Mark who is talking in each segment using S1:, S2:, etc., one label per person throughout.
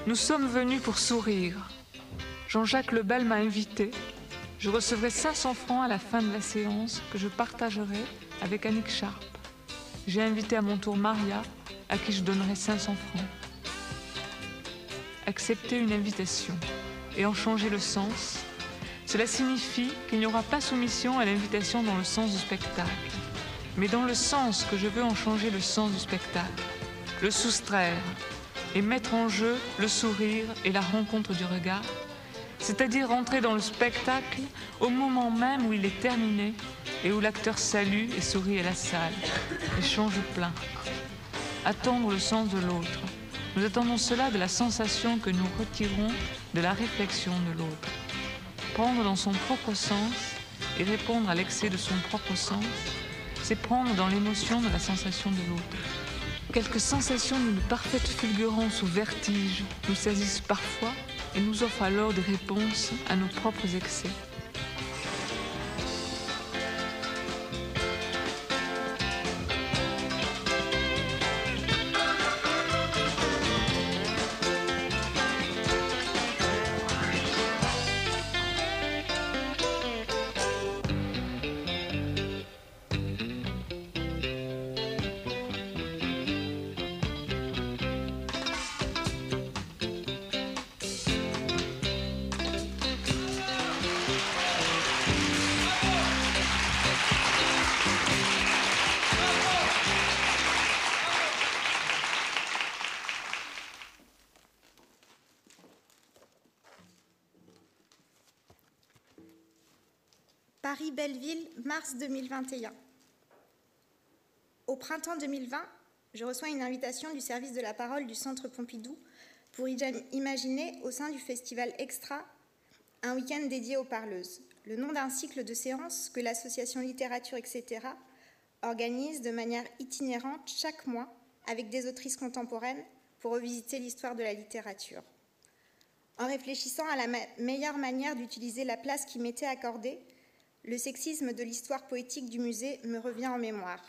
S1: Nous sommes venus pour sourire. Jean-Jacques Lebel m'a invité. Je recevrai 500 francs à la fin de la séance que je partagerai avec Annick Sharp. J'ai invité à mon tour Maria, à qui je donnerai 500 francs. Accepter une invitation et en changer le sens, cela signifie qu'il n'y aura pas soumission à l'invitation dans le sens du spectacle, mais dans le sens que je veux en changer le sens du spectacle, le soustraire et mettre en jeu le sourire et la rencontre du regard, c'est-à-dire entrer dans le spectacle au moment même où il est terminé et où l'acteur salue et sourit à la salle, échange plein. Attendre le sens de l'autre. Nous attendons cela de la sensation que nous retirons de la réflexion de l'autre. Prendre dans son propre sens et répondre à l'excès de son propre sens, c'est prendre dans l'émotion de la sensation de l'autre. Quelques sensations d'une parfaite fulgurance ou vertige nous saisissent parfois et nous offrent alors des réponses à nos propres excès.
S2: Paris-Belleville, mars 2021. Au printemps 2020, je reçois une invitation du service de la parole du Centre Pompidou pour imaginer, au sein du festival Extra, un week-end dédié aux parleuses, le nom d'un cycle de séances que l'association Littérature, etc. organise de manière itinérante chaque mois avec des autrices contemporaines pour revisiter l'histoire de la littérature. En réfléchissant à la meilleure manière d'utiliser la place qui m'était accordée, le sexisme de l'histoire poétique du musée me revient en mémoire.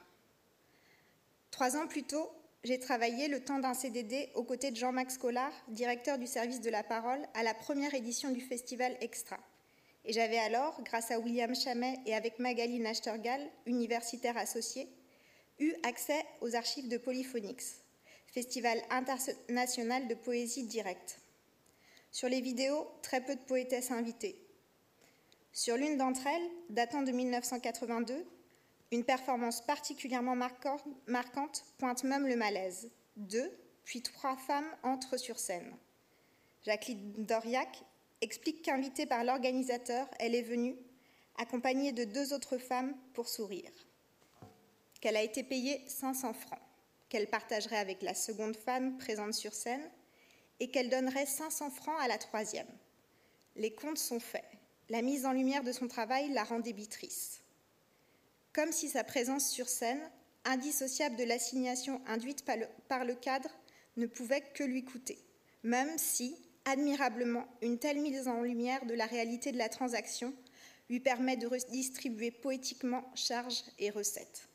S2: 3 ans plus tôt, j'ai travaillé le temps d'un CDD aux côtés de Jean-Max Collard, directeur du service de la parole, à la première édition du festival Extra. Et j'avais alors, grâce à William Chamet et avec Magali Nachtergal, universitaire associée, eu accès aux archives de Polyphonix, festival international de poésie directe. Sur les vidéos, très peu de poétesses invitées. Sur l'une d'entre elles, datant de 1982, une performance particulièrement marquante pointe même le malaise. 2, puis 3 femmes entrent sur scène. Jacqueline Doriac explique qu'invitée par l'organisateur, elle est venue, accompagnée de 2 autres femmes pour sourire. Qu'elle a été payée 500 francs, qu'elle partagerait avec la seconde femme présente sur scène et qu'elle donnerait 500 francs à la troisième. Les comptes sont faits. La mise en lumière de son travail la rend débitrice. Comme si sa présence sur scène, indissociable de l'assignation induite par le cadre, ne pouvait que lui coûter, même si, admirablement, une telle mise en lumière de la réalité de la transaction lui permet de redistribuer poétiquement charges et recettes.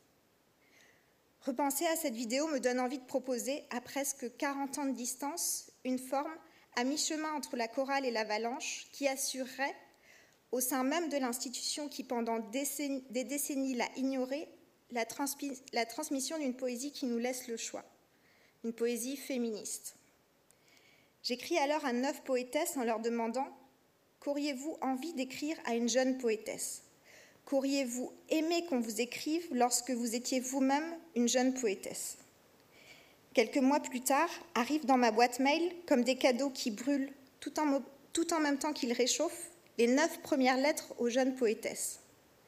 S2: Repenser à cette vidéo me donne envie de proposer, à presque 40 ans de distance, une forme à mi-chemin entre la chorale et l'avalanche qui assurerait, au sein même de l'institution qui, pendant des décennies, l'a ignorée, la transmission d'une poésie qui nous laisse le choix, une poésie féministe. J'écris alors à 9 poétesses en leur demandant « Qu'auriez-vous envie d'écrire à une jeune poétesse ? Qu'auriez-vous aimé qu'on vous écrive lorsque vous étiez vous-même une jeune poétesse ?» Quelques mois plus tard, arrivent dans ma boîte mail, comme des cadeaux qui brûlent tout en même temps qu'ils réchauffent, les 9 premières lettres aux jeunes poétesses.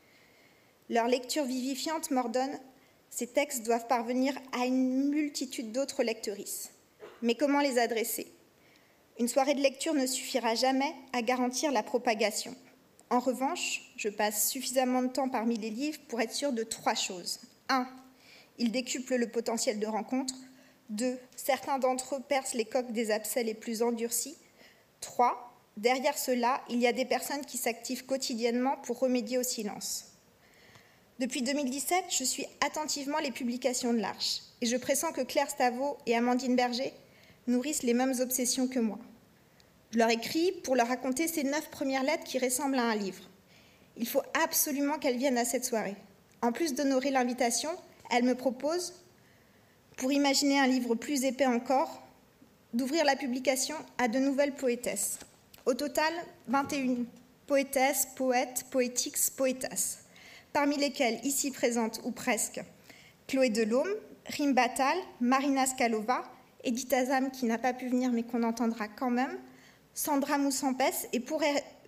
S2: Leur lecture vivifiante m'ordonne « Ces textes doivent parvenir à une multitude d'autres lectrices. Mais comment les adresser ? Une soirée de lecture ne suffira jamais à garantir la propagation. En revanche, je passe suffisamment de temps parmi les livres pour être sûre de 3 choses. 1. Ils décuplent le potentiel de rencontre. 2. Certains d'entre eux percent les coques des abcès les plus endurcis. 3. Derrière cela, il y a des personnes qui s'activent quotidiennement pour remédier au silence. Depuis 2017, je suis attentivement les publications de l'Arche et je pressens que Claire Stavo et Amandine Berger nourrissent les mêmes obsessions que moi. Je leur écris pour leur raconter ces 9 premières lettres qui ressemblent à un livre. Il faut absolument qu'elles viennent à cette soirée. En plus d'honorer l'invitation, elles me proposent, pour imaginer un livre plus épais encore, d'ouvrir la publication à de nouvelles poétesses. Au total, 21 poétesses, poètes, poétiques, poétasses, parmi lesquelles, ici présentes ou presque, Chloé Delhomme, Rim Battal, Marina Skalova, Edith Azam qui n'a pas pu venir mais qu'on entendra quand même, Sandra Moussampès et pour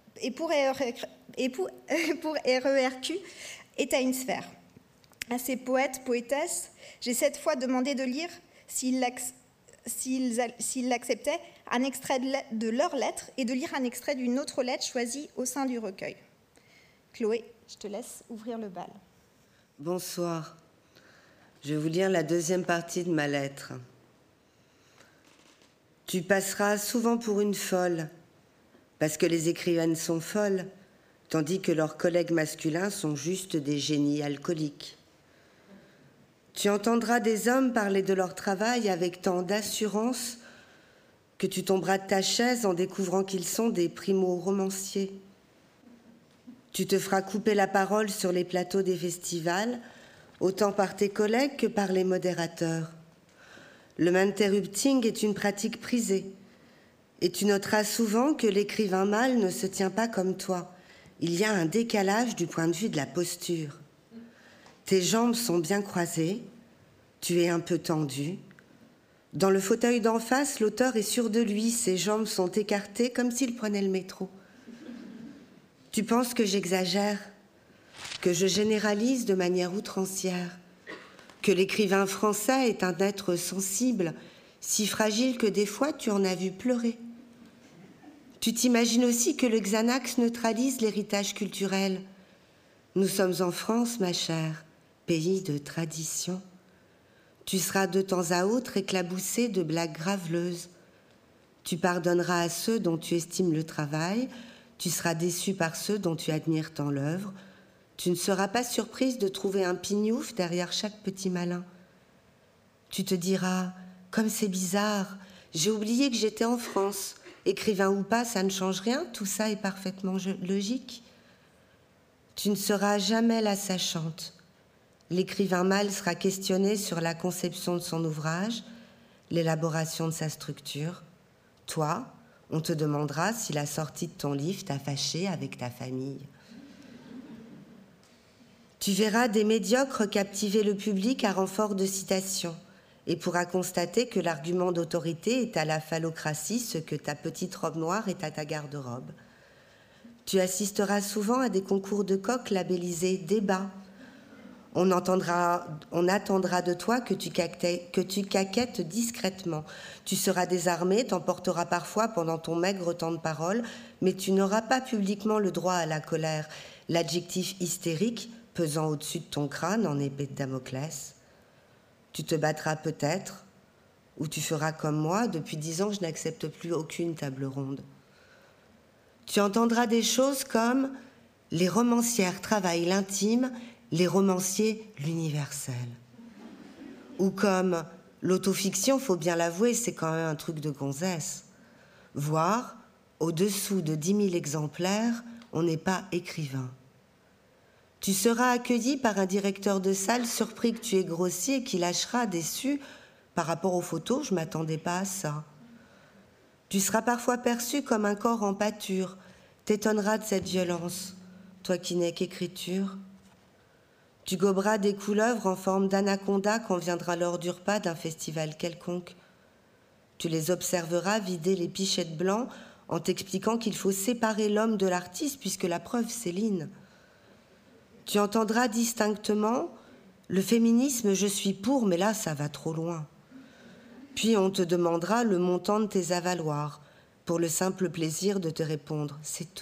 S2: RERQ est à une sphère. À ces poètes, poétesses, j'ai cette fois demandé de lire, s'ils l'acceptaient, un extrait de leurs lettres et de lire un extrait d'une autre lettre choisie au sein du recueil. Chloé, je te laisse ouvrir le bal.
S3: Bonsoir. Je vais vous lire la deuxième partie de ma lettre. Tu passeras souvent pour une folle, parce que les écrivaines sont folles, tandis que leurs collègues masculins sont juste des génies alcooliques. Tu entendras des hommes parler de leur travail avec tant d'assurance que tu tomberas de ta chaise en découvrant qu'ils sont des primo-romanciers. Tu te feras couper la parole sur les plateaux des festivals, autant par tes collègues que par les modérateurs. Le interrupting est une pratique prisée, et tu noteras souvent que l'écrivain mâle ne se tient pas comme toi. Il y a un décalage du point de vue de la posture. Tes jambes sont bien croisées, tu es un peu tendu. Dans le fauteuil d'en face, l'auteur est sûr de lui, ses jambes sont écartées comme s'il prenait le métro. Tu penses que j'exagère, que je généralise de manière outrancière, que l'écrivain français est un être sensible, si fragile que des fois tu en as vu pleurer. Tu t'imagines aussi que le Xanax neutralise l'héritage culturel. Nous sommes en France, ma chère, pays de tradition. Tu seras de temps à autre éclaboussée de blagues graveleuses. Tu pardonneras à ceux dont tu estimes le travail, tu seras déçue par ceux dont tu admires tant l'œuvre. Tu ne seras pas surprise de trouver un pignouf derrière chaque petit malin. Tu te diras, comme c'est bizarre, j'ai oublié que j'étais en France. Écrivain ou pas, ça ne change rien, tout ça est parfaitement logique. Tu ne seras jamais la sachante. L'écrivain mâle sera questionné sur la conception de son ouvrage, l'élaboration de sa structure. Toi, on te demandera si la sortie de ton livre t'a fâché avec ta famille. Tu verras des médiocres captiver le public à renfort de citations et pourras constater que l'argument d'autorité est à la phallocratie ce que ta petite robe noire est à ta garde-robe. Tu assisteras souvent à des concours de coqs labellisés débat. On attendra de toi que tu caquettes discrètement. Tu seras désarmé, t'emporteras parfois pendant ton maigre temps de parole, mais tu n'auras pas publiquement le droit à la colère. L'adjectif hystérique, pesant au-dessus de ton crâne en épée de Damoclès. Tu te battras peut-être, ou tu feras comme moi, depuis 10 ans je n'accepte plus aucune table ronde. Tu entendras des choses comme « les romancières travaillent l'intime », les romanciers, l'universel. Ou comme l'autofiction, faut bien l'avouer, c'est quand même un truc de gonzesse. Voire, au-dessous de 10 000 exemplaires, on n'est pas écrivain. Tu seras accueilli par un directeur de salle surpris que tu aies grossi et qui lâchera déçu. Par rapport aux photos, je ne m'attendais pas à ça. Tu seras parfois perçu comme un corps en pâture. T'étonneras de cette violence, toi qui n'es qu'écriture. Tu goberas des couleuvres en forme d'anaconda quand viendra l'heure du repas d'un festival quelconque. Tu les observeras vider les pichettes blancs en t'expliquant qu'il faut séparer l'homme de l'artiste puisque la preuve, c'est Line. Tu entendras distinctement « le féminisme, je suis pour, mais là, ça va trop loin ». Puis on te demandera le montant de tes avaloirs pour le simple plaisir de te répondre « c'est tout ».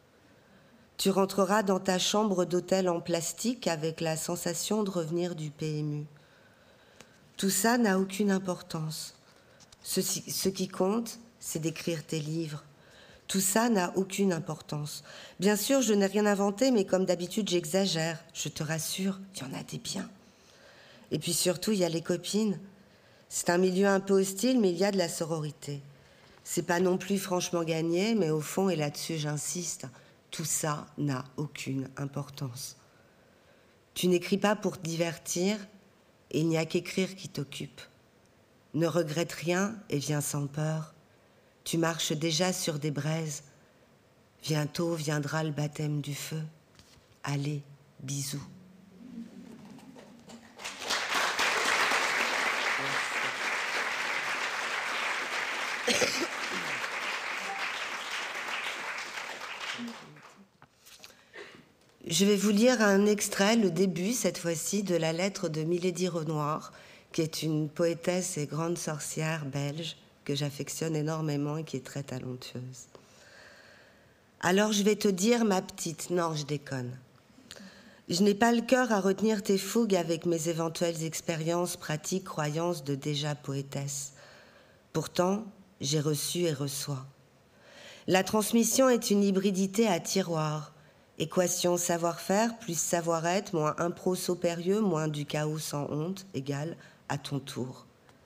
S3: Tu rentreras dans ta chambre d'hôtel en plastique avec la sensation de revenir du PMU. Tout ça n'a aucune importance. Ce qui compte, c'est d'écrire tes livres. Tout ça n'a aucune importance. Bien sûr, je n'ai rien inventé, mais comme d'habitude, j'exagère. Je te rassure, il y en a des biens. Et puis surtout, il y a les copines. C'est un milieu un peu hostile, mais il y a de la sororité. C'est pas non plus franchement gagné, mais au fond, et là-dessus j'insiste, tout ça n'a aucune importance. Tu n'écris pas pour te divertir, et il n'y a qu'écrire qui t'occupe. Ne regrette rien et viens sans peur. Tu marches déjà sur des braises. Bientôt viendra le baptême du feu. Allez, bisous. Je vais vous lire un extrait, le début cette fois-ci, de la lettre de Milady Renoir, qui est une poétesse et grande sorcière belge que j'affectionne énormément et qui est très talentueuse. Alors je vais te dire, ma petite, non, je déconne. Je n'ai pas le cœur à retenir tes fougues avec mes éventuelles expériences, pratiques, croyances de déjà poétesse. Pourtant, j'ai reçu et reçois. La transmission est une hybridité à tiroir. Équation savoir-faire plus savoir-être moins impro saut-périlleux moins du chaos sans honte égale à ton tour.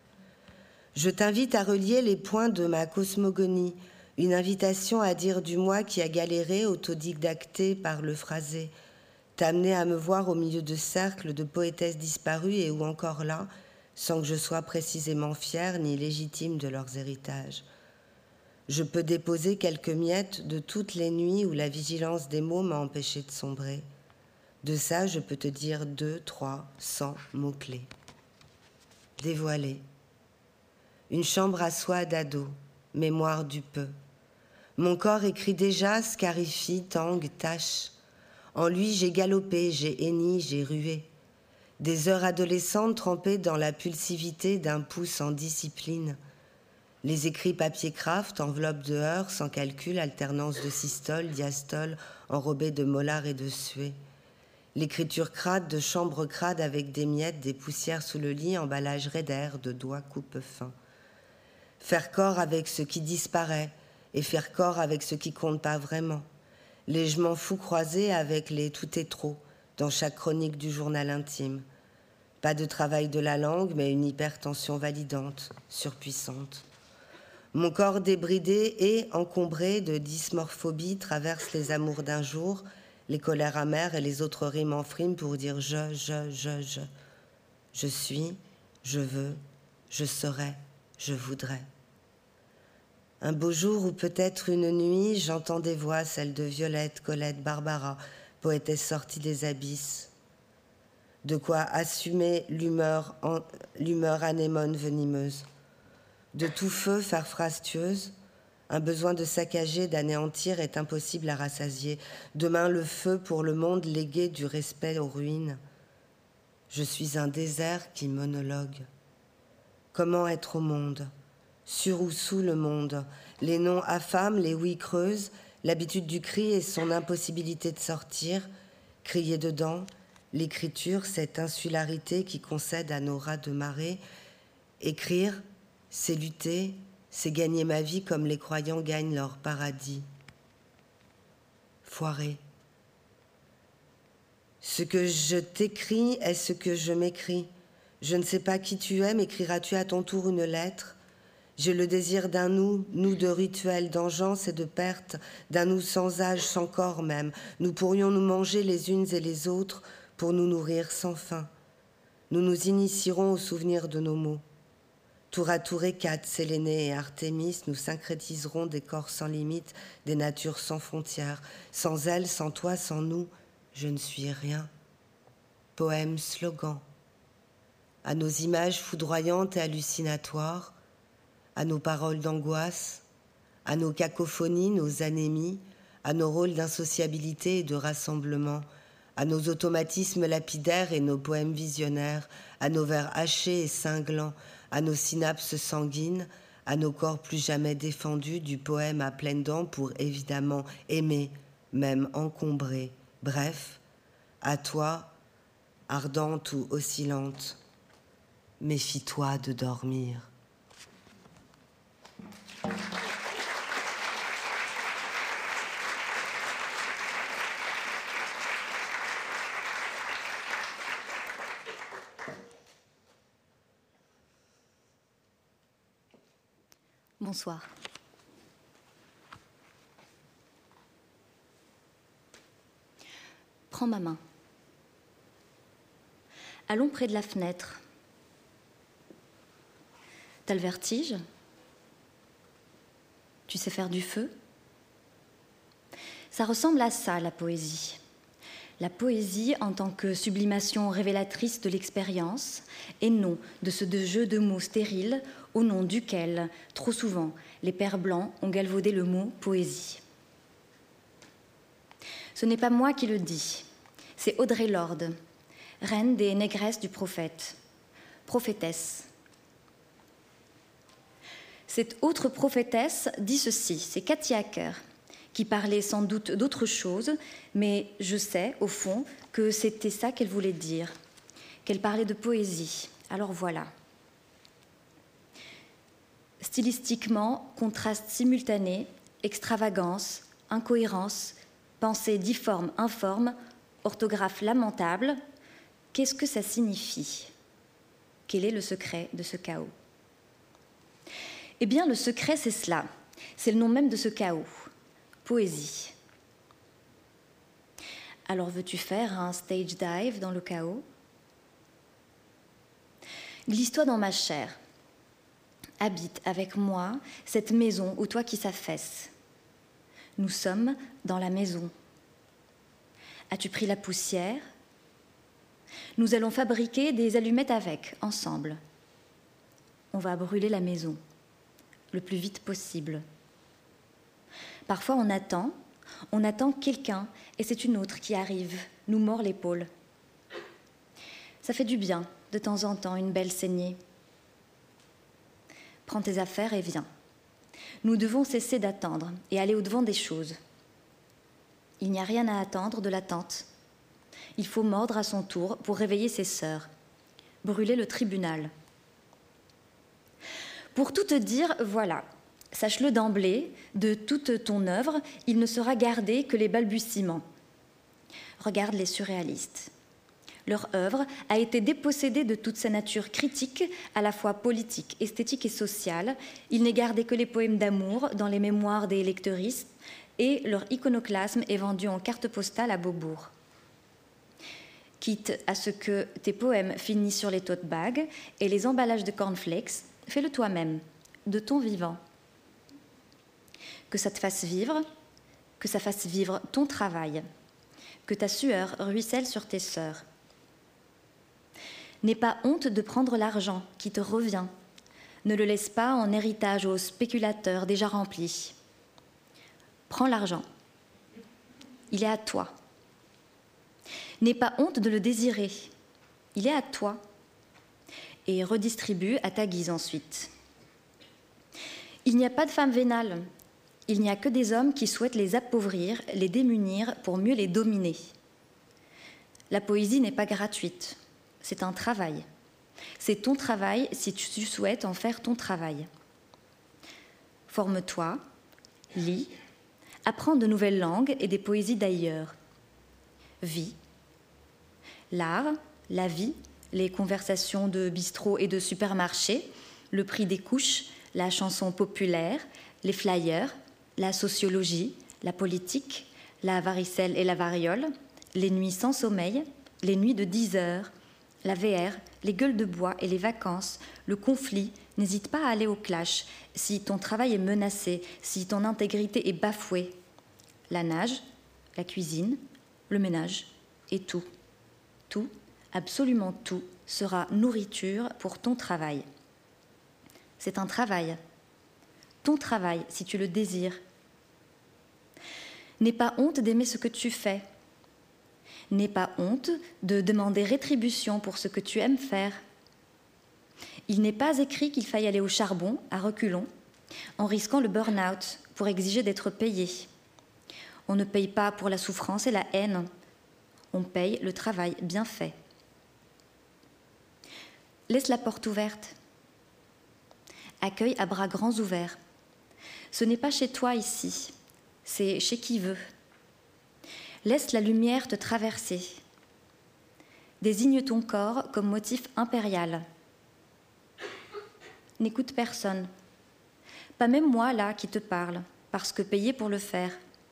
S3: Je t'invite à relier les points de ma cosmogonie, une invitation à dire du moi qui a galéré, autodidacté par le phrasé, t'amener à me voir au milieu de cercles de poétesses disparues et ou encore là, sans que je sois précisément fière ni légitime de leurs héritages. Je peux déposer quelques miettes de toutes les nuits où la vigilance des mots m'a empêché de sombrer. De ça, je peux te dire 2, 3, 100 mots-clés. Dévoiler. Une chambre à soi d'ado, mémoire du peu. Mon corps écrit déjà, scarifie, tangue, tâche. En lui, j'ai galopé, j'ai henni, j'ai rué. Des heures adolescentes trempées dans la pulsivité d'un pouce en discipline. Les écrits papier craft, enveloppe de heures, sans calcul, alternance de systole, diastole, enrobée de molar et de suée. L'écriture crade de chambre crade avec des miettes, des poussières sous le lit, emballage raider de doigts coupe fin. Faire corps avec ce qui disparaît et faire corps avec ce qui compte pas vraiment. Les je m'en fous croisés avec les tout est trop dans chaque chronique du journal intime. Pas de travail de la langue, mais une hypertension validante, surpuissante. Mon corps débridé et encombré de dysmorphobie traverse les amours d'un jour, les colères amères et les autres rimes en frime pour dire je. Je suis, je veux, je serai, je voudrais. Un beau jour ou peut-être une nuit, j'entends des voix, celles de Violette, Colette, Barbara, poétesse sortie des abysses. De quoi assumer l'humeur anémone venimeuse. De tout feu faire phrase tueuse, un besoin de saccager, d'anéantir est impossible à rassasier. Demain le feu pour le monde légué du respect aux ruines. Je suis un désert qui monologue. Comment être au monde ? Sur ou sous le monde ? Les noms affament, les ouïes creuses, l'habitude du cri et son impossibilité de sortir. Crier dedans, l'écriture, cette insularité qui concède à nos rats de marée. Écrire, c'est lutter, c'est gagner ma vie comme les croyants gagnent leur paradis. Foiré. Ce que je t'écris est ce que je m'écris. Je ne sais pas qui tu es, m'écriras-tu à ton tour une lettre ? J'ai le désir d'un nous de rituels, d'engeance et de perte, d'un nous sans âge, sans corps même. Nous pourrions nous manger les unes et les autres pour nous nourrir sans fin. Nous nous initierons au souvenir de nos mots. Tour à tour Hécate, Sélénée et Artémis, nous syncrétiserons des corps sans limite, des natures sans frontières. Sans elles, sans toi, sans nous, je ne suis rien. Poème, slogan. À nos images foudroyantes et hallucinatoires, à nos paroles d'angoisse, à nos cacophonies, nos anémies, à nos rôles d'insociabilité et de rassemblement, à nos automatismes lapidaires et nos poèmes visionnaires, à nos vers hachés et cinglants, à nos synapses sanguines, à nos corps plus jamais défendus du poème à pleines dents pour évidemment aimer, même encombrer. Bref, à toi, ardente ou oscillante, méfie-toi de dormir.
S4: Bonsoir. Prends ma main. Allons près de la fenêtre. T'as le vertige? Tu sais faire du feu? Ça ressemble à ça, la poésie. La poésie en tant que sublimation révélatrice de l'expérience et non de ce jeu de mots stériles au nom duquel, trop souvent, les pères blancs ont galvaudé le mot poésie. Ce n'est pas moi qui le dis, c'est Audre Lorde, reine des négresses du prophète, prophétesse. Cette autre prophétesse dit ceci, c'est Kathy Acker, qui parlait sans doute d'autre chose, mais je sais, au fond, que c'était ça qu'elle voulait dire, qu'elle parlait de poésie. Alors voilà. Stylistiquement, contraste simultané, extravagance, incohérence, pensée difforme, informe, orthographe lamentable, qu'est-ce que ça signifie? Quel est le secret de ce chaos? Eh bien, le secret, c'est cela. C'est le nom même de ce chaos. Poésie. Alors, veux-tu faire un stage dive dans le chaos? Glisse-toi dans ma chair. Habite avec moi cette maison où toi qui s'affaisse. Nous sommes dans la maison. As-tu pris la poussière? Nous allons fabriquer des allumettes avec, ensemble. On va brûler la maison, le plus vite possible. Parfois on attend quelqu'un et c'est une autre qui arrive, nous mord l'épaule. Ça fait du bien, de temps en temps, une belle saignée. Prends tes affaires et viens. Nous devons cesser d'attendre et aller au-devant des choses. Il n'y a rien à attendre de l'attente. Il faut mordre à son tour pour réveiller ses sœurs. Brûler le tribunal. Pour tout te dire, voilà. Sache-le d'emblée, de toute ton œuvre, il ne sera gardé que les balbutiements. Regarde les surréalistes. Leur œuvre a été dépossédée de toute sa nature critique, à la fois politique, esthétique et sociale. Il n'est gardé que les poèmes d'amour dans les mémoires des lecteuristes et leur iconoclasme est vendu en carte postale à Beaubourg. Quitte à ce que tes poèmes finissent sur les tote bags et les emballages de cornflakes, fais-le toi-même, de ton vivant. Que ça te fasse vivre, que ça fasse vivre ton travail, que ta sueur ruisselle sur tes sœurs. N'aie pas honte de prendre l'argent qui te revient. Ne le laisse pas en héritage aux spéculateurs déjà remplis. Prends l'argent. Il est à toi. N'aie pas honte de le désirer. Il est à toi. Et redistribue à ta guise ensuite. Il n'y a pas de femmes vénales. Il n'y a que des hommes qui souhaitent les appauvrir, les démunir pour mieux les dominer. La poésie n'est pas gratuite. C'est un travail. C'est ton travail si tu souhaites en faire ton travail. Forme-toi, lis, apprends de nouvelles langues et des poésies d'ailleurs. Vis. L'art, la vie, les conversations de bistrot et de supermarché, le prix des couches, la chanson populaire, les flyers, la sociologie, la politique, la varicelle et la variole, les nuits sans sommeil, les nuits de 10 heures, la VR, les gueules de bois et les vacances, le conflit, n'hésite pas à aller au clash si ton travail est menacé, si ton intégrité est bafouée. La nage, la cuisine, le ménage et tout. Tout, absolument tout, sera nourriture pour ton travail. C'est un travail. Ton travail, si tu le désires. N'aie pas honte d'aimer ce que tu fais. N'aie pas honte de demander rétribution pour ce que tu aimes faire. Il n'est pas écrit qu'il faille aller au charbon, à reculons, en risquant le burn-out pour exiger d'être payé. On ne paye pas pour la souffrance et la haine. On paye le travail bien fait. Laisse la porte ouverte. Accueille à bras grands ouverts. Ce n'est pas chez toi ici, c'est chez qui veut. Laisse la lumière te traverser. Désigne ton corps comme motif impérial. N'écoute personne. Pas même moi, là, qui te parle, parce que payé pour le faire.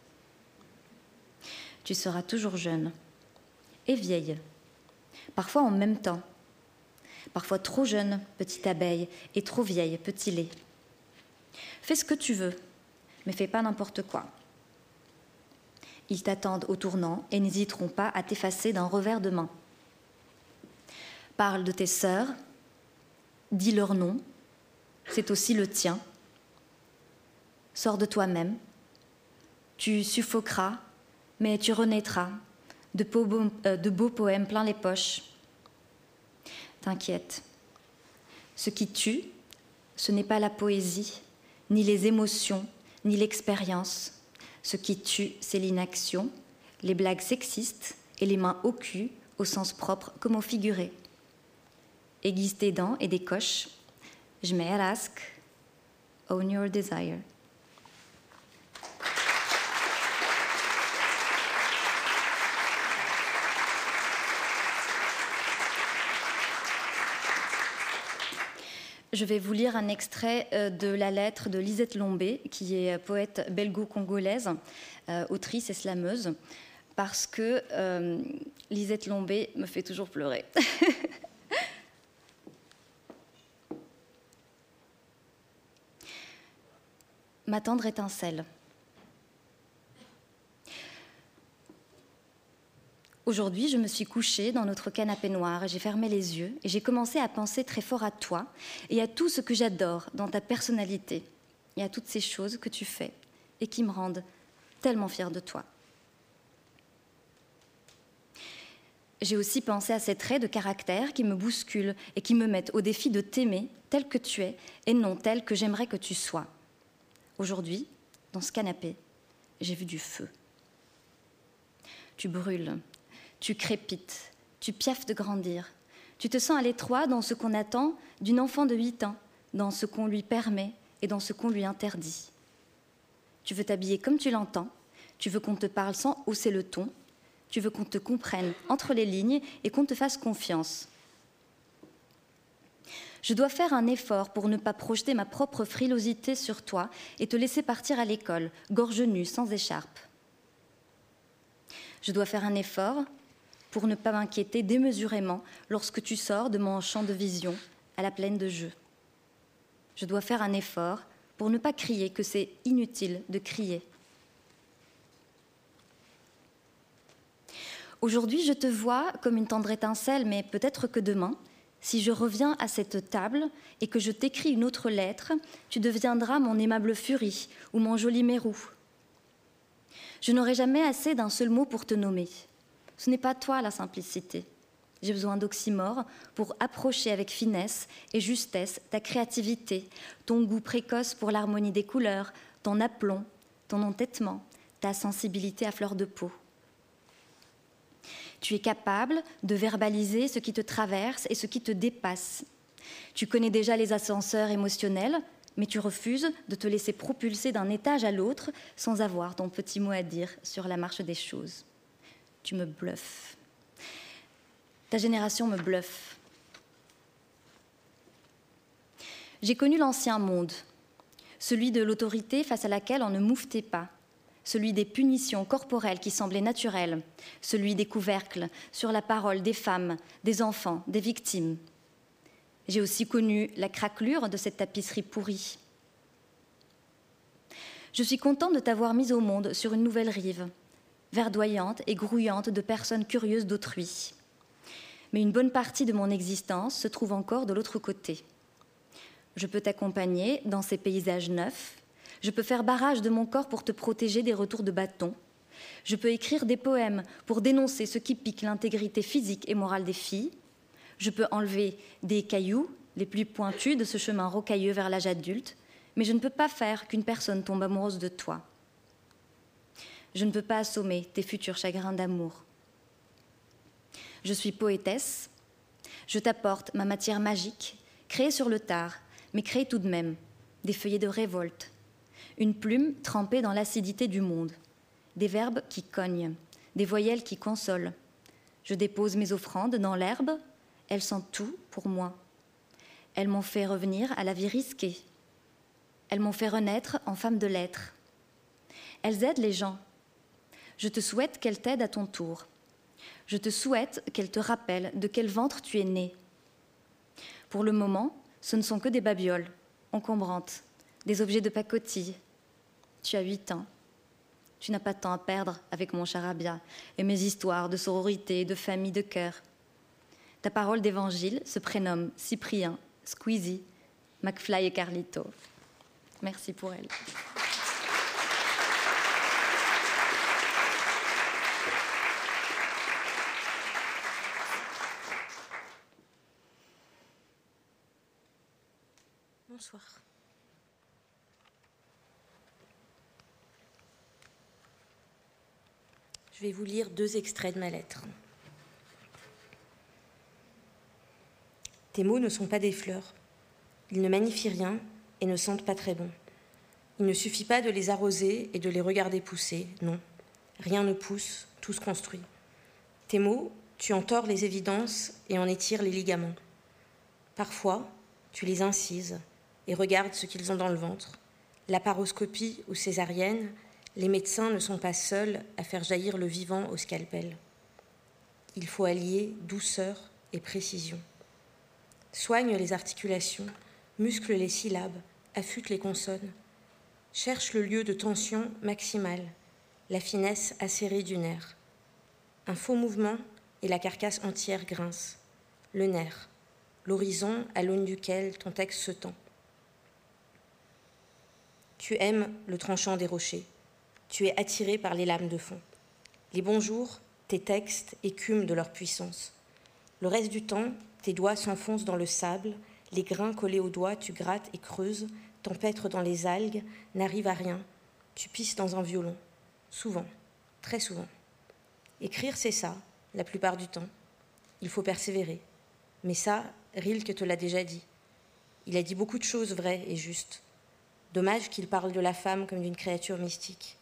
S4: Tu seras toujours jeune et vieille, parfois en même temps. Parfois trop jeune, petite abeille, et trop vieille, petit lait. Fais ce que tu veux, mais fais pas n'importe quoi. Ils t'attendent au tournant et n'hésiteront pas à t'effacer d'un revers de main. Parle de tes sœurs, dis leur nom, c'est aussi le tien. Sors de toi-même, tu suffoqueras, mais tu renaîtras, de beaux poèmes plein les poches. T'inquiète, ce qui tue, ce n'est pas la poésie, ni les émotions, ni l'expérience. Ce qui tue, c'est l'inaction, les blagues sexistes et les mains au cul, au sens propre comme au figuré. Aiguise tes dents et décoche. Je m'érasque. Own your desire. Je vais vous lire un extrait de la lettre de Lisette Lombé, qui est poète belgo-congolaise, autrice et slameuse, parce que Lisette Lombé me fait toujours pleurer. Ma tendre étincelle. Aujourd'hui, je me suis couchée dans notre canapé noir, j'ai fermé les yeux et j'ai commencé à penser très fort à toi et à tout ce que j'adore dans ta personnalité et à toutes ces choses que tu fais et qui me rendent tellement fière de toi. J'ai aussi pensé à ces traits de caractère qui me bousculent et qui me mettent au défi de t'aimer tel que tu es et non tel que j'aimerais que tu sois. Aujourd'hui, dans ce canapé, j'ai vu du feu. Tu brûles. Tu crépites, tu piaffes de grandir. Tu te sens à l'étroit dans ce qu'on attend d'une enfant de 8 ans, dans ce qu'on lui permet et dans ce qu'on lui interdit. Tu veux t'habiller comme tu l'entends, tu veux qu'on te parle sans hausser le ton, tu veux qu'on te comprenne entre les lignes et qu'on te fasse confiance. Je dois faire un effort pour ne pas projeter ma propre frilosité sur toi et te laisser partir à l'école, gorge nue, sans écharpe. Je dois faire un effort pour ne pas m'inquiéter démesurément lorsque tu sors de mon champ de vision à la plaine de jeu. Je dois faire un effort pour ne pas crier que c'est inutile de crier. Aujourd'hui, je te vois comme une tendre étincelle, mais peut-être que demain, si je reviens à cette table et que je t'écris une autre lettre, tu deviendras mon aimable furie ou mon joli mérou. Je n'aurai jamais assez d'un seul mot pour te nommer. Ce n'est pas toi la simplicité. J'ai besoin d'oxymores pour approcher avec finesse et justesse ta créativité, ton goût précoce pour l'harmonie des couleurs, ton aplomb, ton entêtement, ta sensibilité à fleur de peau. Tu es capable de verbaliser ce qui te traverse et ce qui te dépasse. Tu connais déjà les ascenseurs émotionnels, mais tu refuses de te laisser propulser d'un étage à l'autre sans avoir ton petit mot à dire sur la marche des choses. Tu me bluffes. Ta génération me bluffe. J'ai connu l'ancien monde, celui de l'autorité face à laquelle on ne mouftait pas, celui des punitions corporelles qui semblaient naturelles, celui des couvercles sur la parole des femmes, des enfants, des victimes. J'ai aussi connu la craquelure de cette tapisserie pourrie. Je suis contente de t'avoir mise au monde sur une nouvelle rive, verdoyante et grouillante de personnes curieuses d'autrui. Mais une bonne partie de mon existence se trouve encore de l'autre côté. Je peux t'accompagner dans ces paysages neufs, je peux faire barrage de mon corps pour te protéger des retours de bâton, je peux écrire des poèmes pour dénoncer ce qui pique l'intégrité physique et morale des filles, je peux enlever des cailloux, les plus pointus de ce chemin rocailleux vers l'âge adulte, mais je ne peux pas faire qu'une personne tombe amoureuse de toi. Je ne peux pas assommer tes futurs chagrins d'amour. Je suis poétesse, je t'apporte ma matière magique, créée sur le tard, mais créée tout de même, des feuillets de révolte, une plume trempée dans l'acidité du monde, des verbes qui cognent, des voyelles qui consolent. Je dépose mes offrandes dans l'herbe, elles sont tout pour moi. Elles m'ont fait revenir à la vie risquée. Elles m'ont fait renaître en femme de lettres. Elles aident les gens. Je te souhaite qu'elles t'aident à ton tour. Je te souhaite qu'elles te rappellent de quel ventre tu es né. Pour le moment, ce ne sont que des babioles, encombrantes, des objets de pacotille. Tu as 8 ans. Tu n'as pas de temps à perdre avec mon charabia et mes histoires de sororité, de famille, de cœur. Ta parole d'évangile se prénomme Cyprien, Squeezie, McFly et Carlito. Merci pour elle.
S5: Bonsoir. Je vais vous lire 2 extraits de ma lettre. Tes mots ne sont pas des fleurs. Ils ne magnifient rien et ne sentent pas très bon. Il ne suffit pas de les arroser et de les regarder pousser, non. Rien ne pousse, tout se construit. Tes mots, tu en tords les évidences et en étires les ligaments. Parfois, tu les incises et regardes ce qu'ils ont dans le ventre. Laparoscopie ou césarienne, les médecins ne sont pas seuls à faire jaillir le vivant au scalpel. Il faut allier douceur et précision. Soigne les articulations, muscle les syllabes, affûte les consonnes. Cherche le lieu de tension maximale, la finesse acérée du nerf. Un faux mouvement et la carcasse entière grince. Le nerf, l'horizon à l'aune duquel ton texte se tend. Tu aimes le tranchant des rochers. Tu es attiré par les lames de fond. Les bons jours, tes textes écument de leur puissance. Le reste du temps, tes doigts s'enfoncent dans le sable, les grains collés aux doigts, tu grattes et creuses, t'empêtres dans les algues, n'arrives à rien. Tu pisses dans un violon. Souvent, très souvent. Écrire, c'est ça, la plupart du temps. Il faut persévérer. Mais ça, Rilke te l'a déjà dit. Il a dit beaucoup de choses vraies et justes. Dommage qu'il parle de la femme comme d'une créature mystique.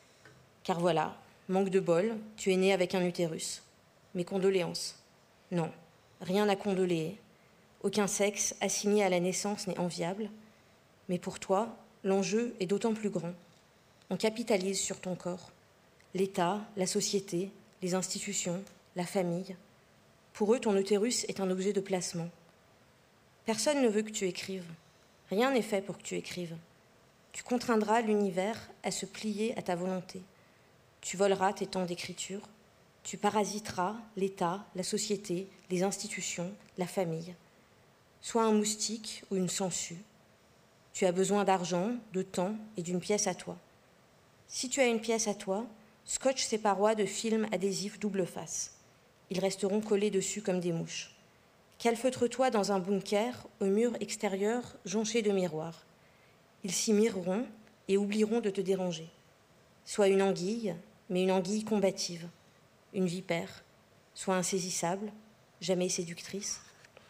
S5: Car voilà, manque de bol, tu es né avec un utérus. Mes condoléances. Non, rien à condoler. Aucun sexe assigné à la naissance n'est enviable. Mais pour toi, l'enjeu est d'autant plus grand. On capitalise sur ton corps. L'État, la société, les institutions, la famille. Pour eux, ton utérus est un objet de placement. Personne ne veut que tu écrives. Rien n'est fait pour que tu écrives. Tu contraindras l'univers à se plier à ta volonté. Tu voleras tes temps d'écriture. Tu parasiteras l'État, la société, les institutions, la famille. Sois un moustique ou une sangsue. Tu as besoin d'argent, de temps et d'une pièce à toi. Si tu as une pièce à toi, scotche ces parois de film adhésif double face. Ils resteront collés dessus comme des mouches. Calfeutre-toi dans un bunker au mur extérieur jonché de miroirs. Ils s'y mireront et oublieront de te déranger. Sois une anguille, mais une anguille combative. Une vipère, sois insaisissable, jamais séductrice.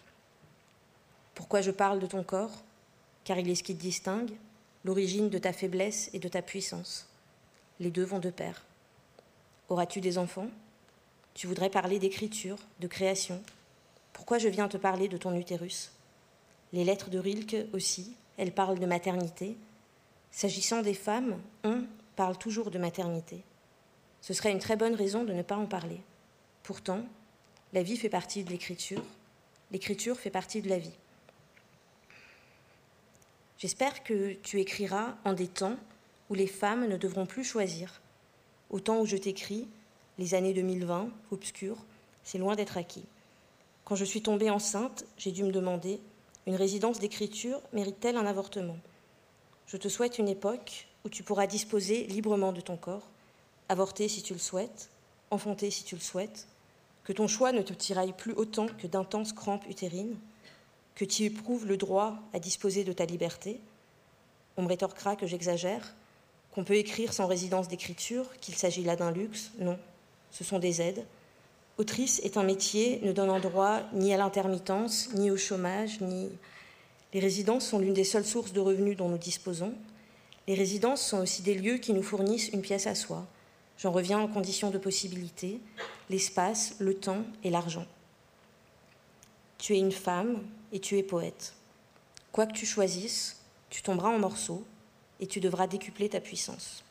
S5: Pourquoi je parle de ton corps ? Car il est ce qui te distingue, l'origine de ta faiblesse et de ta puissance. Les deux vont de pair. Auras-tu des enfants ? Tu voudrais parler d'écriture, de création. Pourquoi je viens te parler de ton utérus ? Les lettres de Rilke aussi, elles parlent de maternité. S'agissant des femmes, on parle toujours de maternité. Ce serait une très bonne raison de ne pas en parler. Pourtant, la vie fait partie de l'écriture fait partie de la vie. J'espère que tu écriras en des temps où les femmes ne devront plus choisir. Au temps où je t'écris, les années 2020, obscures, c'est loin d'être acquis. Quand je suis tombée enceinte, j'ai dû me demander, une résidence d'écriture mérite-t-elle un avortement ? Je te souhaite une époque où tu pourras disposer librement de ton corps, avorter si tu le souhaites, enfanter si tu le souhaites, que ton choix ne te tiraille plus autant que d'intenses crampes utérines, que tu éprouves le droit à disposer de ta liberté. On me rétorquera que j'exagère, qu'on peut écrire sans résidence d'écriture, qu'il s'agit là d'un luxe. Non, ce sont des aides. Autrice est un métier ne donnant droit ni à l'intermittence, ni au chômage, ni... Les résidences sont l'une des seules sources de revenus dont nous disposons. Les résidences sont aussi des lieux qui nous fournissent une pièce à soi. J'en reviens aux conditions de possibilité, l'espace, le temps et l'argent. Tu es une femme et tu es poète. Quoi que tu choisisses, tu tomberas en morceaux et tu devras décupler ta puissance.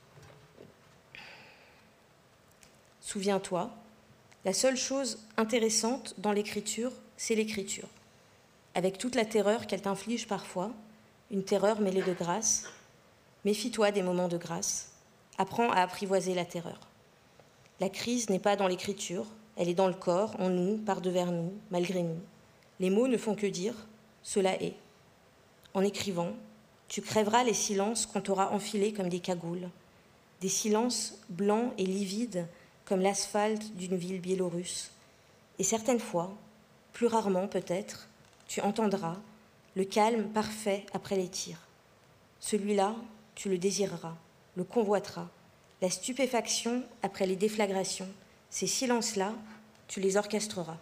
S5: Souviens-toi, la seule chose intéressante dans l'écriture, c'est l'écriture. Avec toute la terreur qu'elle t'inflige parfois, une terreur mêlée de grâce, méfie-toi des moments de grâce, apprends à apprivoiser la terreur. La crise n'est pas dans l'écriture, elle est dans le corps, en nous, par-devers nous, malgré nous. Les mots ne font que dire « cela est ». En écrivant, tu crèveras les silences qu'on t'aura enfilés comme des cagoules, des silences blancs et livides comme l'asphalte d'une ville biélorusse. Et certaines fois, plus rarement peut-être, tu entendras le calme parfait après les tirs. Celui-là, tu le désireras, le convoiteras. La stupéfaction après les déflagrations, ces silences-là, tu les orchestreras.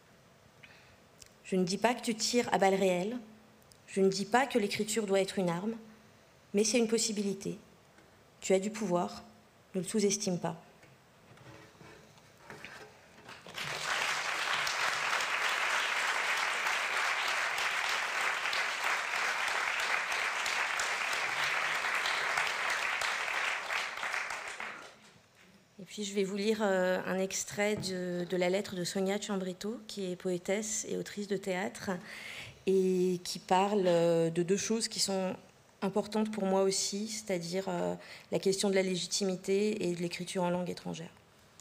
S5: Je ne dis pas que tu tires à balles réelles, je ne dis pas que l'écriture doit être une arme, mais c'est une possibilité. Tu as du pouvoir, ne le sous-estime pas. Et puis je vais vous lire un extrait de la lettre de Sonia Ciambrito, qui est poétesse et autrice de théâtre, et qui parle de deux choses qui sont importantes pour moi aussi, c'est-à-dire la question de la légitimité et de l'écriture en langue étrangère.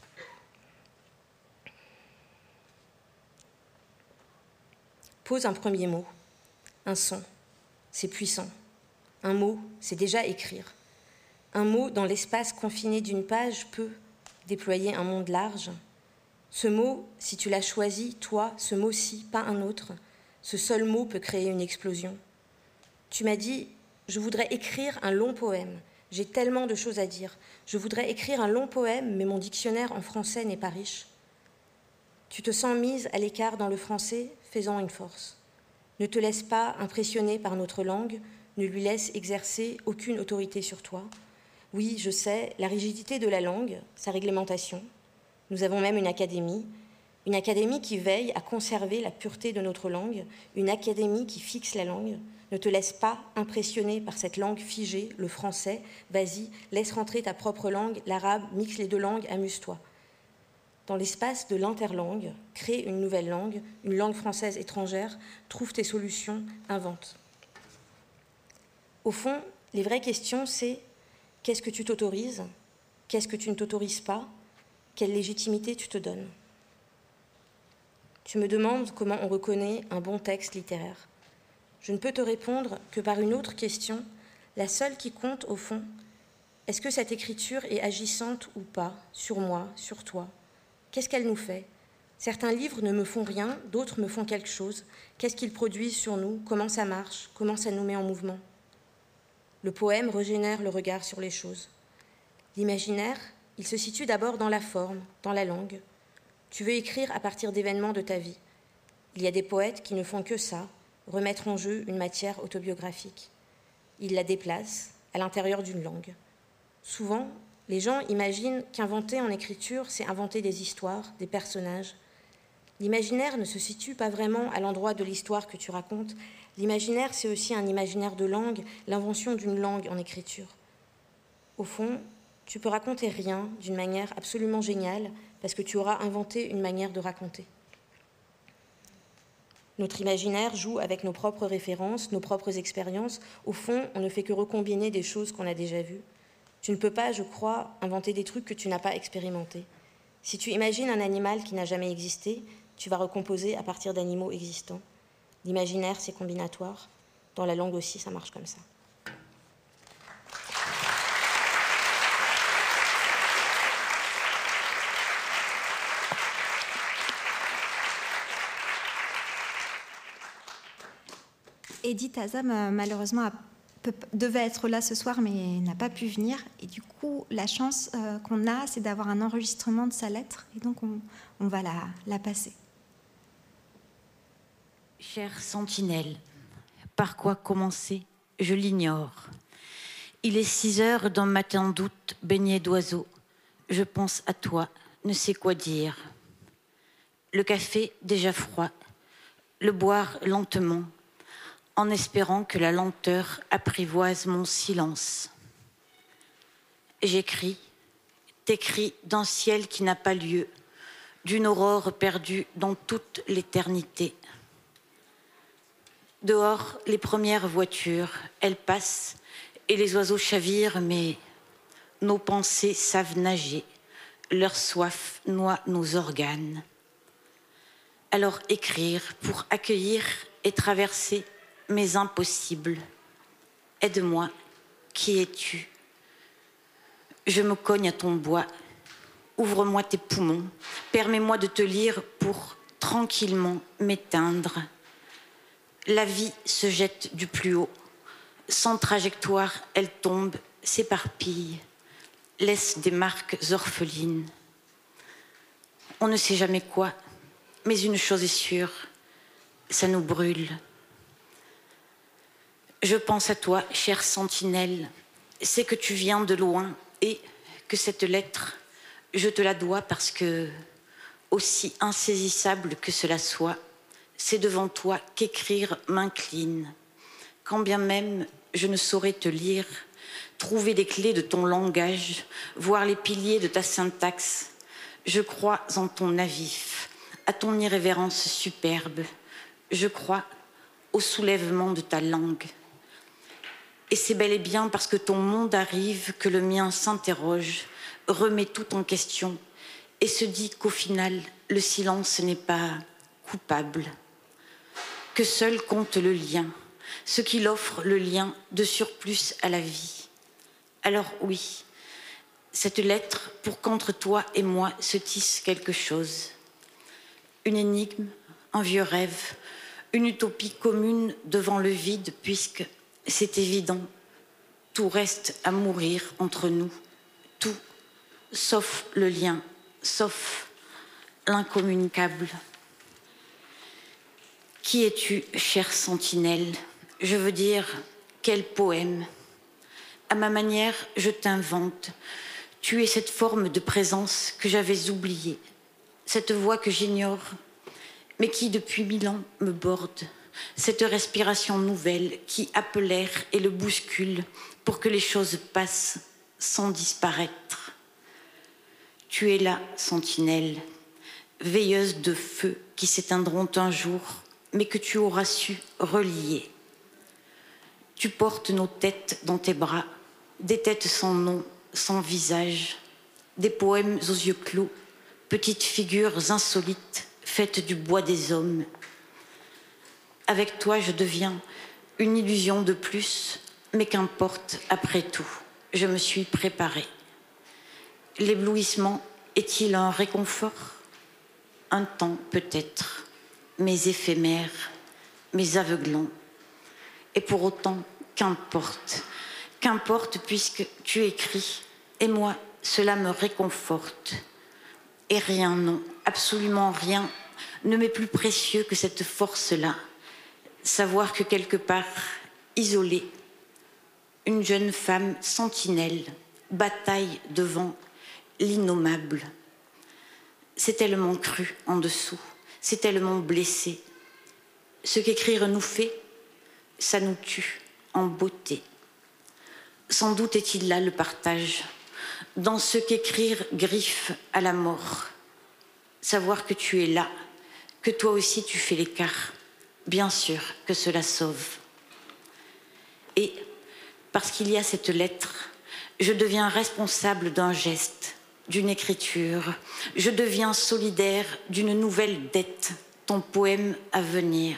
S5: Pose un premier mot, un son, c'est puissant. Un mot, c'est déjà écrire. Un mot dans l'espace confiné d'une page peut déployer un monde large. Ce mot, si tu l'as choisi, toi, ce mot-ci, pas un autre, ce seul mot peut créer une explosion. Tu m'as dit, je voudrais écrire un long poème. J'ai tellement de choses à dire. Je voudrais écrire un long poème, mais mon dictionnaire en français n'est pas riche. Tu te sens mise à l'écart dans le français, faisant une force. Ne te laisse pas impressionner par notre langue, ne lui laisse exercer aucune autorité sur toi. Oui, je sais, la rigidité de la langue, sa réglementation. Nous avons même une académie qui veille à conserver la pureté de notre langue, une académie qui fixe la langue. Ne te laisse pas impressionner par cette langue figée, le français. Vas-y, laisse rentrer ta propre langue, l'arabe, mixe les deux langues, amuse-toi. Dans l'espace de l'interlangue, crée une nouvelle langue, une langue française étrangère, trouve tes solutions, invente. Au fond, les vraies questions, c'est qu'est-ce que tu t'autorises? Qu'est-ce que tu ne t'autorises pas? Quelle légitimité tu te donnes? Tu me demandes comment on reconnaît un bon texte littéraire. Je ne peux te répondre que par une autre question, la seule qui compte au fond. Est-ce que cette écriture est agissante ou pas sur moi, sur toi? Qu'est-ce qu'elle nous fait? Certains livres ne me font rien, d'autres me font quelque chose. Qu'est-ce qu'ils produisent sur nous? Comment ça marche? Comment ça nous met en mouvement? Le poème régénère le regard sur les choses. L'imaginaire, il se situe d'abord dans la forme, dans la langue. Tu veux écrire à partir d'événements de ta vie. Il y a des poètes qui ne font que ça, remettre en jeu une matière autobiographique. Ils la déplacent à l'intérieur d'une langue. Souvent, les gens imaginent qu'inventer en écriture, c'est inventer des histoires, des personnages. L'imaginaire ne se situe pas vraiment à l'endroit de l'histoire que tu racontes. L'imaginaire, c'est aussi un imaginaire de langue, l'invention d'une langue en écriture. Au fond, tu peux raconter rien d'une manière absolument géniale parce que tu auras inventé une manière de raconter. Notre imaginaire joue avec nos propres références, nos propres expériences. Au fond, on ne fait que recombiner des choses qu'on a déjà vues. Tu ne peux pas, je crois, inventer des trucs que tu n'as pas expérimentés. Si tu imagines un animal qui n'a jamais existé, tu vas recomposer à partir d'animaux existants. L'imaginaire, c'est combinatoire. Dans la langue aussi, ça marche comme ça.
S2: Edith Azam, malheureusement, devait être là ce soir, mais n'a pas pu venir. Et du coup, la chance qu'on a, c'est d'avoir un enregistrement de sa lettre. Et donc, on va la passer.
S6: Chère sentinelle, par quoi commencer? Je l'ignore. Il est 6 heures d'un matin d'août, baigné d'oiseaux. Je pense à toi, ne sais quoi dire. Le café déjà froid, le boire lentement. en espérant que la lenteur apprivoise mon silence. J'écris, t'écris d'un ciel qui n'a pas lieu, d'une aurore perdue dans toute l'éternité. Dehors, les premières voitures, elles passent et les oiseaux chavirent, mais nos pensées savent nager, leur soif noie nos organes. Alors écrire pour accueillir et traverser mes impossibles. Aide-moi, qui es-tu? Je me cogne à ton bois, ouvre-moi tes poumons, permets-moi de te lire pour tranquillement m'éteindre. La vie se jette du plus haut, sans trajectoire, elle tombe, s'éparpille, laisse des marques orphelines. On ne sait jamais quoi, mais une chose est sûre, ça nous brûle. Je pense à toi, chère sentinelle, c'est que tu viens de loin et que cette lettre, je te la dois parce que, aussi insaisissable que cela soit, c'est devant toi qu'écrire m'incline. Quand bien même je ne saurais te lire, trouver les clés de ton langage, voir les piliers de ta syntaxe, je crois en ton avif, à ton irrévérence superbe, je crois au soulèvement de ta langue. Et c'est bel et bien parce que ton monde arrive que le mien s'interroge, remet tout en question et se dit qu'au final, le silence n'est pas coupable, que seul compte le lien, ce qu'il offre le lien de surplus à la vie. Alors oui, cette lettre pour qu'entre toi et moi se tisse quelque chose. Une énigme, un vieux rêve, une utopie commune devant le vide puisque c'est évident, tout reste à mourir entre nous, tout, sauf le lien, sauf l'incommunicable. Qui es-tu, chère sentinelle? Je veux dire, quel poème? À ma manière, je t'invente. Tu es cette forme de présence que j'avais oubliée, cette voix que j'ignore, mais qui depuis 1000 ans me borde, cette respiration nouvelle qui appelle l'air et le bouscule pour que les choses passent sans disparaître. Tu es là, sentinelle, veilleuse de feux qui s'éteindront un jour, mais que tu auras su relier. Tu portes nos têtes dans tes bras, des têtes sans nom, sans visage, des poèmes aux yeux clos, petites figures insolites faites du bois des hommes. Avec toi, je deviens une illusion de plus, mais qu'importe, après tout, je me suis préparée. L'éblouissement est-il un réconfort? Un temps peut-être, mais éphémère, mais aveuglant. Et pour autant, qu'importe, qu'importe puisque tu écris, et moi, cela me réconforte. Et rien, non, absolument rien, ne m'est plus précieux que cette force-là. Savoir que quelque part, isolée, une jeune femme sentinelle bataille devant l'innommable. C'est tellement cru en dessous, c'est tellement blessé. Ce qu'écrire nous fait, ça nous tue en beauté. Sans doute est-il là le partage, dans ce qu'écrire griffe à la mort. Savoir que tu es là, que toi aussi tu fais l'écart, bien sûr que cela sauve. Et parce qu'il y a cette lettre, je deviens responsable d'un geste, d'une écriture. Je deviens solidaire d'une nouvelle dette, ton poème à venir.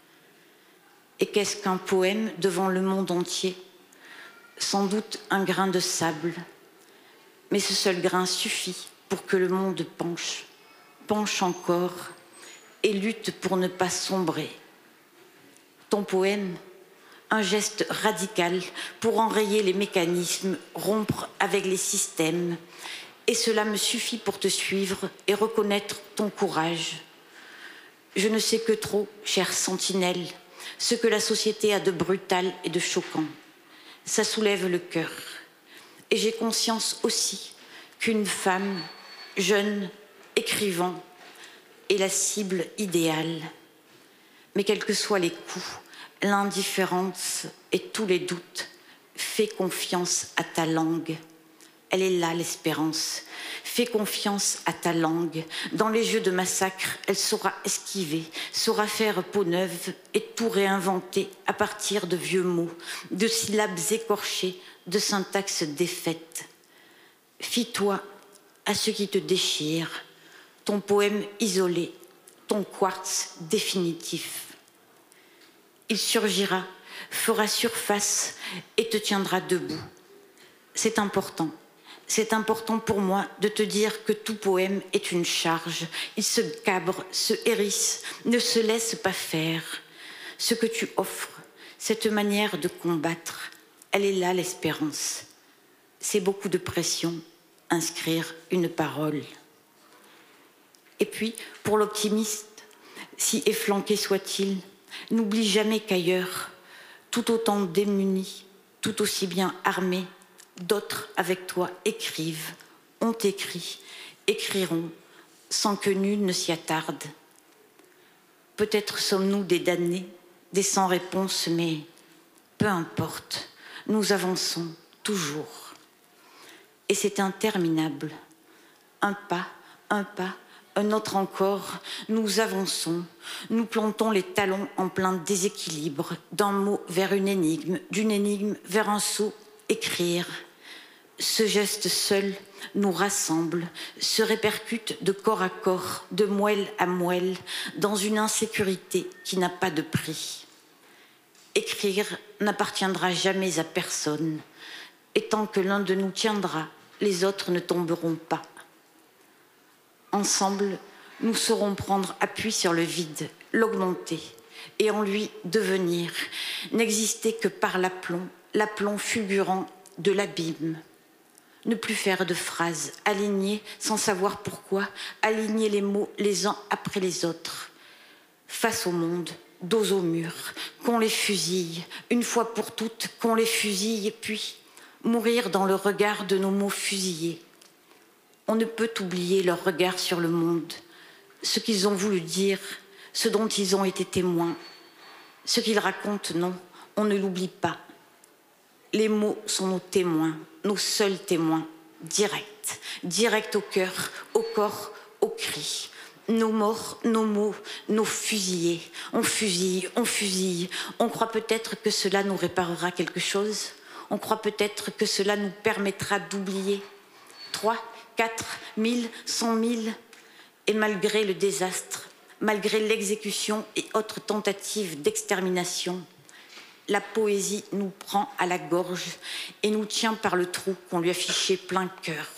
S6: Et qu'est-ce qu'un poème devant le monde entier? Sans doute un grain de sable. Mais ce seul grain suffit pour que le monde penche encore et lutte pour ne pas sombrer. Ton poème, un geste radical pour enrayer les mécanismes, rompre avec les systèmes. Et cela me suffit pour te suivre et reconnaître ton courage. Je ne sais que trop, chère sentinelle, ce que la société a de brutal et de choquant. Ça soulève le cœur. Et j'ai conscience aussi qu'une femme, jeune, écrivant, est la cible idéale. Mais quels que soient les coups, l'indifférence et tous les doutes. Fais confiance à ta langue. Elle est là, l'espérance. Fais confiance à ta langue. Dans les jeux de massacre, elle saura esquiver, saura faire peau neuve et tout réinventer à partir de vieux mots, de syllabes écorchées, de syntaxe défaite. Fie-toi à ce qui te déchire, ton poème isolé, ton quartz définitif. Il surgira, fera surface et te tiendra debout. C'est important. C'est important pour moi de te dire que tout poème est une charge. Il se cabre, se hérisse, ne se laisse pas faire. Ce que tu offres, cette manière de combattre, elle est là l'espérance. C'est beaucoup de pression, inscrire une parole. Et puis, pour l'optimiste, si efflanqué soit-il, n'oublie jamais qu'ailleurs, tout autant démunis, tout aussi bien armés, d'autres avec toi écrivent, ont écrit, écriront, sans que nul ne s'y attarde. Peut-être sommes-nous des damnés, des sans réponse, mais peu importe, nous avançons toujours. Et c'est interminable. Un pas, un autre encore, nous avançons, nous plantons les talons en plein déséquilibre, d'un mot vers une énigme, d'une énigme vers un saut, écrire. Ce geste seul nous rassemble, se répercute de corps à corps, de moelle à moelle, dans une insécurité qui n'a pas de prix. Écrire n'appartiendra jamais à personne, et tant que l'un de nous tiendra, les autres ne tomberont pas. Ensemble, nous saurons prendre appui sur le vide, l'augmenter, et en lui devenir, n'exister que par l'aplomb fulgurant de l'abîme. Ne plus faire de phrases, aligner sans savoir pourquoi, aligner les mots les uns après les autres. Face au monde, dos au mur, qu'on les fusille, une fois pour toutes, qu'on les fusille, puis mourir dans le regard de nos mots fusillés. On ne peut oublier leur regard sur le monde, ce qu'ils ont voulu dire, ce dont ils ont été témoins. Ce qu'ils racontent, non, on ne l'oublie pas. Les mots sont nos témoins, nos seuls témoins, directs au cœur, au corps, au cri. Nos morts, nos mots, nos fusillés. On fusille, on croit peut-être que cela nous réparera quelque chose. On croit peut-être que cela nous permettra d'oublier. 3, 4, 1000, 100 000. Et malgré le désastre, malgré l'exécution et autres tentatives d'extermination, la poésie nous prend à la gorge et nous tient par le trou qu'on lui a fiché plein cœur.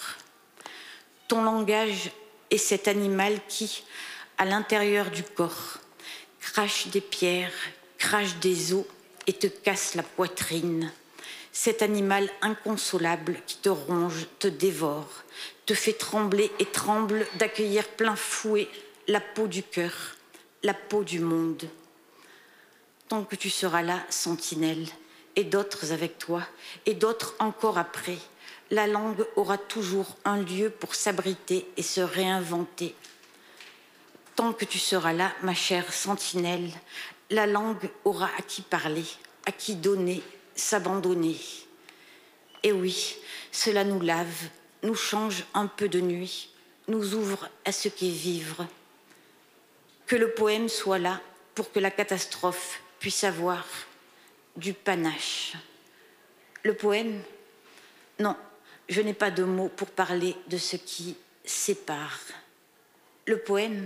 S6: Ton langage est cet animal qui, à l'intérieur du corps, crache des pierres, crache des os et te casse la poitrine. Cet animal inconsolable qui te ronge, te dévore, te fait trembler et tremble d'accueillir plein fouet la peau du cœur, la peau du monde. Tant que tu seras là, sentinelle, et d'autres avec toi, et d'autres encore après, la langue aura toujours un lieu pour s'abriter et se réinventer. Tant que tu seras là, ma chère sentinelle, la langue aura à qui parler, à qui donner, s'abandonner. Et oui, cela nous lave, nous change un peu de nuit, nous ouvre à ce qu'est vivre. Que le poème soit là pour que la catastrophe puisse avoir du panache. Le poème, non, je n'ai pas de mots pour parler de ce qui sépare. Le poème,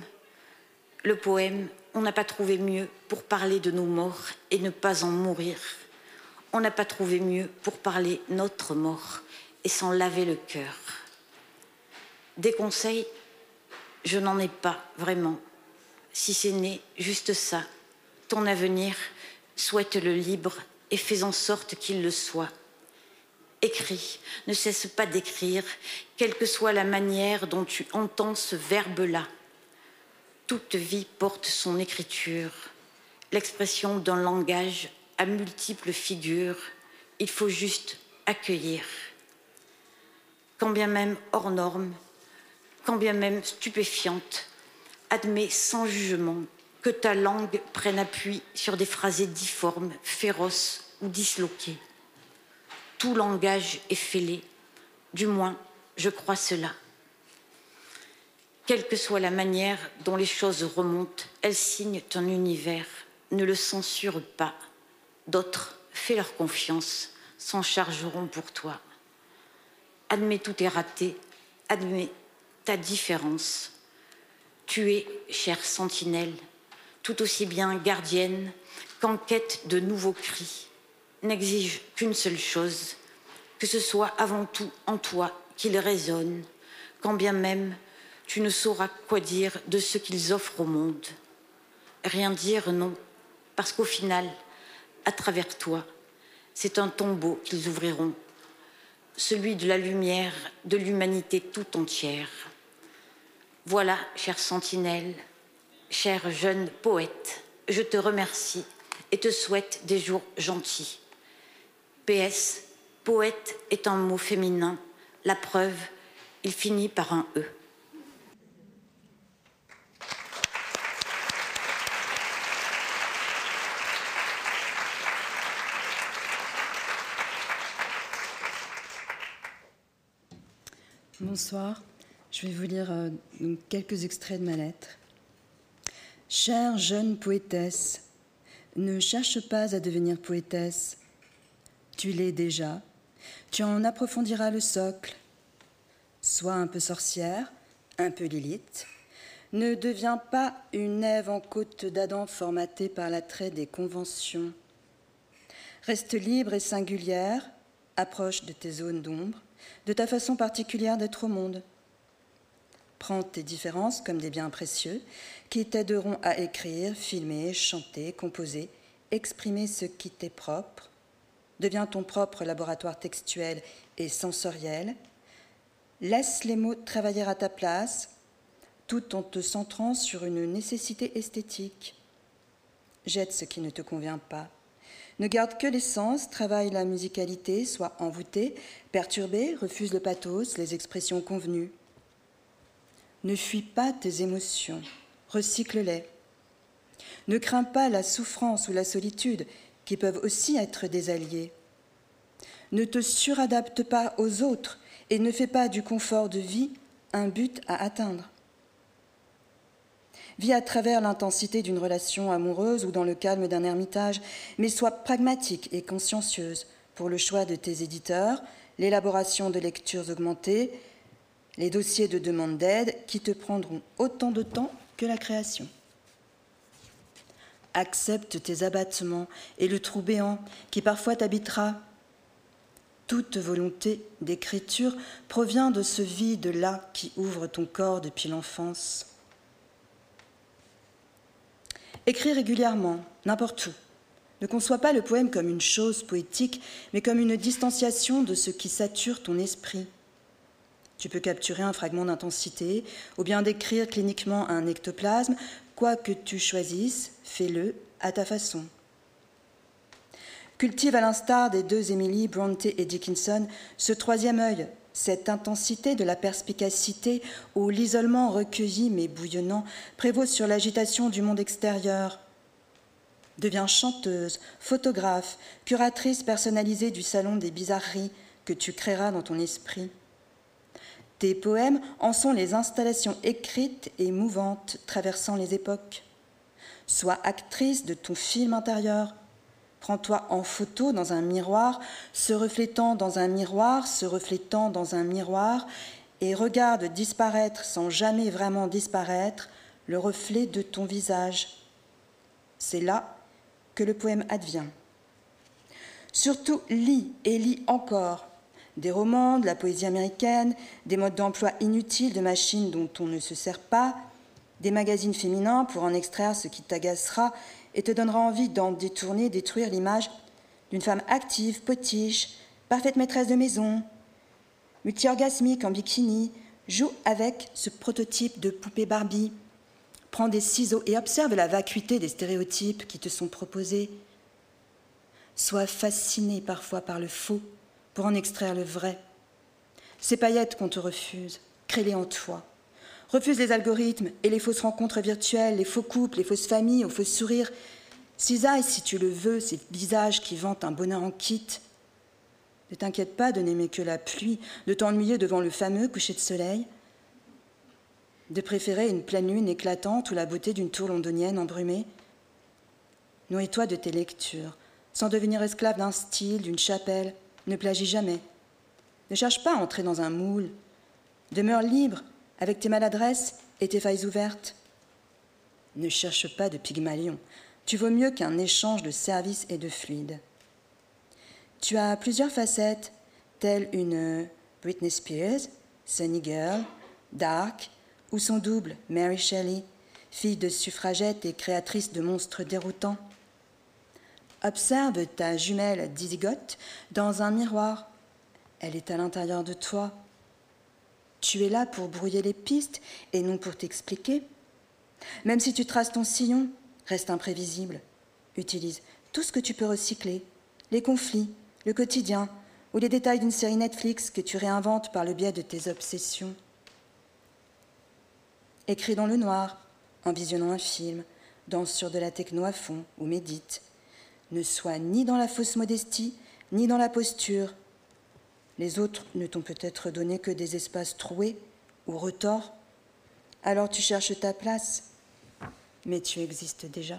S6: on n'a pas trouvé mieux pour parler de nos morts et ne pas en mourir. On n'a pas trouvé mieux pour parler notre mort et s'en laver le cœur. Des conseils, je n'en ai pas vraiment, si ce n'est juste ça. Ton avenir, souhaite-le libre et fais en sorte qu'il le soit. Écris, ne cesse pas d'écrire, quelle que soit la manière dont tu entends ce verbe-là. Toute vie porte son écriture, l'expression d'un langage à multiples figures. Il faut juste accueillir. Quand bien même hors norme, quand bien même stupéfiante, admets sans jugement que ta langue prenne appui sur des phrasés difformes, féroces ou disloqués. Tout langage est fêlé, du moins, je crois cela. Quelle que soit la manière dont les choses remontent, elles signent ton univers, ne le censure pas. D'autres, fais leur confiance, s'en chargeront pour toi. Admets tout est raté, admets ta différence. Tu es, chère sentinelle, tout aussi bien gardienne qu'en quête de nouveaux cris. N'exige qu'une seule chose, que ce soit avant tout en toi qu'ils résonnent, quand bien même tu ne sauras quoi dire de ce qu'ils offrent au monde. Rien dire, non, parce qu'au final, à travers toi, c'est un tombeau qu'ils ouvriront, celui de la lumière de l'humanité tout entière. Voilà, chère sentinelle, chère jeune poète, je te remercie et te souhaite des jours gentils. PS, poète est un mot féminin, la preuve, il finit par un E.
S7: Bonsoir, je vais vous lire quelques extraits de ma lettre. Chère jeune poétesse, ne cherche pas à devenir poétesse. Tu l'es déjà, tu en approfondiras le socle. Sois un peu sorcière, un peu Lilith. Ne deviens pas une Ève en côte d'Adam formatée par l'attrait des conventions. Reste libre et singulière, approche de tes zones d'ombre, de ta façon particulière d'être au monde. Prends tes différences comme des biens précieux qui t'aideront à écrire, filmer, chanter, composer, exprimer ce qui t'est propre. Deviens ton propre laboratoire textuel et sensoriel. Laisse les mots travailler à ta place, tout en te centrant sur une nécessité esthétique. Jette ce qui ne te convient pas. Ne garde que l'essence, travaille la musicalité, sois envoûté, perturbé, refuse le pathos, les expressions convenues. Ne fuis pas tes émotions, recycle-les. Ne crains pas la souffrance ou la solitude, qui peuvent aussi être des alliés. Ne te suradapte pas aux autres et ne fais pas du confort de vie un but à atteindre. Vis à travers l'intensité d'une relation amoureuse ou dans le calme d'un ermitage, mais sois pragmatique et consciencieuse pour le choix de tes éditeurs, l'élaboration de lectures augmentées, les dossiers de demande d'aide qui te prendront autant de temps que la création. Accepte tes abattements et le trou béant qui parfois t'habitera. Toute volonté d'écriture provient de ce vide-là qui ouvre ton corps depuis l'enfance. Écris régulièrement, n'importe où. Ne conçois pas le poème comme une chose poétique, mais comme une distanciation de ce qui sature ton esprit. Tu peux capturer un fragment d'intensité ou bien décrire cliniquement un ectoplasme. Quoi que tu choisisses, fais-le à ta façon. Cultive à l'instar des deux Emily, Bronte et Dickinson, ce troisième œil, cette intensité de la perspicacité où l'isolement recueilli mais bouillonnant prévaut sur l'agitation du monde extérieur. Deviens chanteuse, photographe, curatrice personnalisée du salon des bizarreries que tu créeras dans ton esprit. Tes poèmes en sont les installations écrites et mouvantes traversant les époques. Sois actrice de ton film intérieur. Prends-toi en photo dans un miroir, se reflétant dans un miroir, se reflétant dans un miroir, et regarde disparaître sans jamais vraiment disparaître le reflet de ton visage. C'est là que le poème advient. Surtout lis et lis encore. Des romans, de la poésie américaine, des modes d'emploi inutiles de machines dont on ne se sert pas, des magazines féminins pour en extraire ce qui t'agacera et te donnera envie d'en détourner, détruire l'image d'une femme active, potiche, parfaite maîtresse de maison, multi-orgasmique en bikini. Joue avec ce prototype de poupée Barbie. Prends des ciseaux et observe la vacuité des stéréotypes qui te sont proposés. Sois fasciné parfois par le faux pour en extraire le vrai. Ces paillettes qu'on te refuse, crée-les en toi. Refuse les algorithmes et les fausses rencontres virtuelles, les faux couples, les fausses familles, aux faux sourires. Cisaille, si tu le veux, ces visages qui vantent un bonheur en kit. Ne t'inquiète pas de n'aimer que la pluie, de t'ennuyer devant le fameux coucher de soleil, de préférer une pleine lune éclatante ou la beauté d'une tour londonienne embrumée. Nourris-toi de tes lectures, sans devenir esclave d'un style, d'une chapelle. Ne plagie jamais. Ne cherche pas à entrer dans un moule. Demeure libre, avec tes maladresses et tes failles ouvertes. Ne cherche pas de Pygmalion. Tu vaux mieux qu'un échange de services et de fluides. Tu as plusieurs facettes, telles une Britney Spears, Sunny Girl, Dark, ou son double, Mary Shelley, fille de suffragette et créatrice de monstres déroutants. Observe ta jumelle Dizygote dans un miroir. Elle est à l'intérieur de toi. Tu es là pour brouiller les pistes et non pour t'expliquer. Même si tu traces ton sillon, reste imprévisible. Utilise tout ce que tu peux recycler, les conflits, le quotidien ou les détails d'une série Netflix que tu réinventes par le biais de tes obsessions. Écris dans le noir, en visionnant un film, danse sur de la techno à fond ou médite. Ne sois ni dans la fausse modestie, ni dans la posture. Les autres ne t'ont peut-être donné que des espaces troués ou retors. Alors tu cherches ta place, mais tu existes déjà.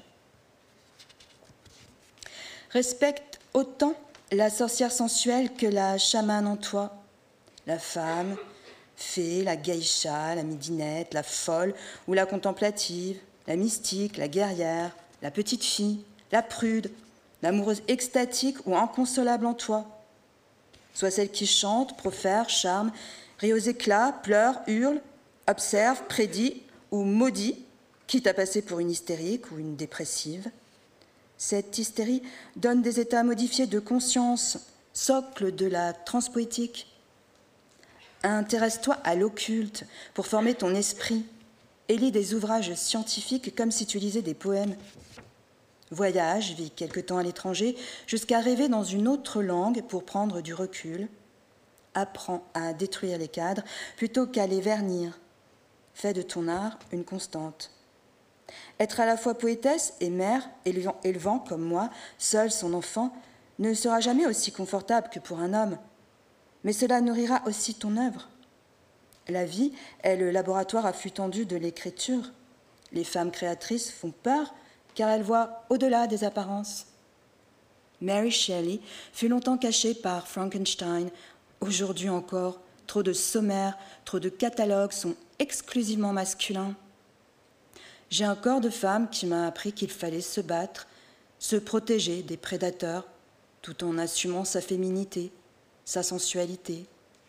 S7: Respecte autant la sorcière sensuelle que la chamane en toi, la femme, fée, la geisha, la midinette, la folle ou la contemplative, la mystique, la guerrière, la petite fille, la prude, l'amoureuse extatique ou inconsolable en toi. Sois celle qui chante, profère, charme, rit aux éclats, pleure, hurle, observe, prédit ou maudit, quitte à passer pour une hystérique ou une dépressive. Cette hystérie donne des états modifiés de conscience, socle de la transpoétique. Intéresse-toi à l'occulte pour former ton esprit et lis des ouvrages scientifiques comme si tu lisais des poèmes. Voyage, vis quelque temps à l'étranger, jusqu'à rêver dans une autre langue pour prendre du recul. Apprends à détruire les cadres plutôt qu'à les vernir. Fais de ton art une constante. Être à la fois poétesse et mère, élevant comme moi, seule son enfant, ne sera jamais aussi confortable que pour un homme. Mais cela nourrira aussi ton œuvre. La vie est le laboratoire à flux tendu de l'écriture. Les femmes créatrices font peur car elles voient au-delà des apparences. Mary Shelley fut longtemps cachée par Frankenstein. Aujourd'hui encore, trop de sommaires, trop de catalogues sont exclusivement masculins. J'ai un corps de femme qui m'a appris qu'il fallait se battre, se protéger des prédateurs, tout en assumant sa féminité, sa sensualité.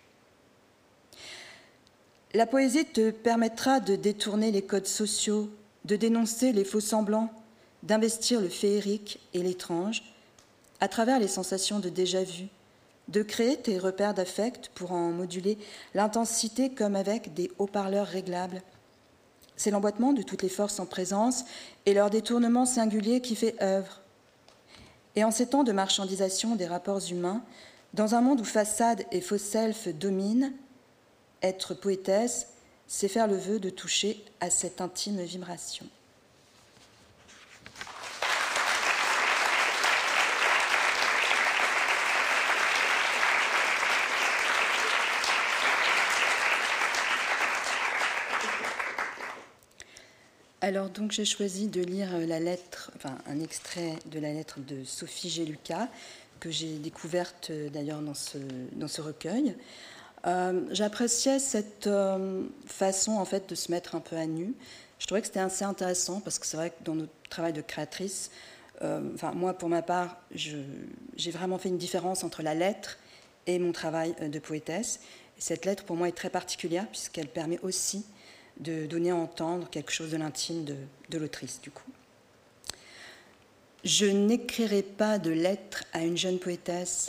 S7: La poésie te permettra de détourner les codes sociaux, de dénoncer les faux-semblants, d'investir le féerique et l'étrange, à travers les sensations de déjà-vu, de créer tes repères d'affect pour en moduler l'intensité comme avec des haut-parleurs réglables. C'est l'emboîtement de toutes les forces en présence et leur détournement singulier qui fait œuvre. Et en ces temps de marchandisation des rapports humains, dans un monde où façade et faux self dominent, être poétesse, c'est faire le vœu de toucher à cette intime vibration. Alors donc j'ai choisi de lire un extrait de la lettre de Sophie Gélucas que j'ai découverte d'ailleurs dans ce recueil. J'appréciais cette façon en fait de se mettre un peu à nu. Je trouvais que c'était assez intéressant parce que c'est vrai que dans notre travail de créatrice, moi pour ma part, j'ai vraiment fait une différence entre la lettre et mon travail de poétesse. Et cette lettre pour moi est très particulière puisqu'elle permet aussi de donner à entendre quelque chose de l'intime de l'autrice, du coup. Je n'écrirai pas de lettre à une jeune poétesse.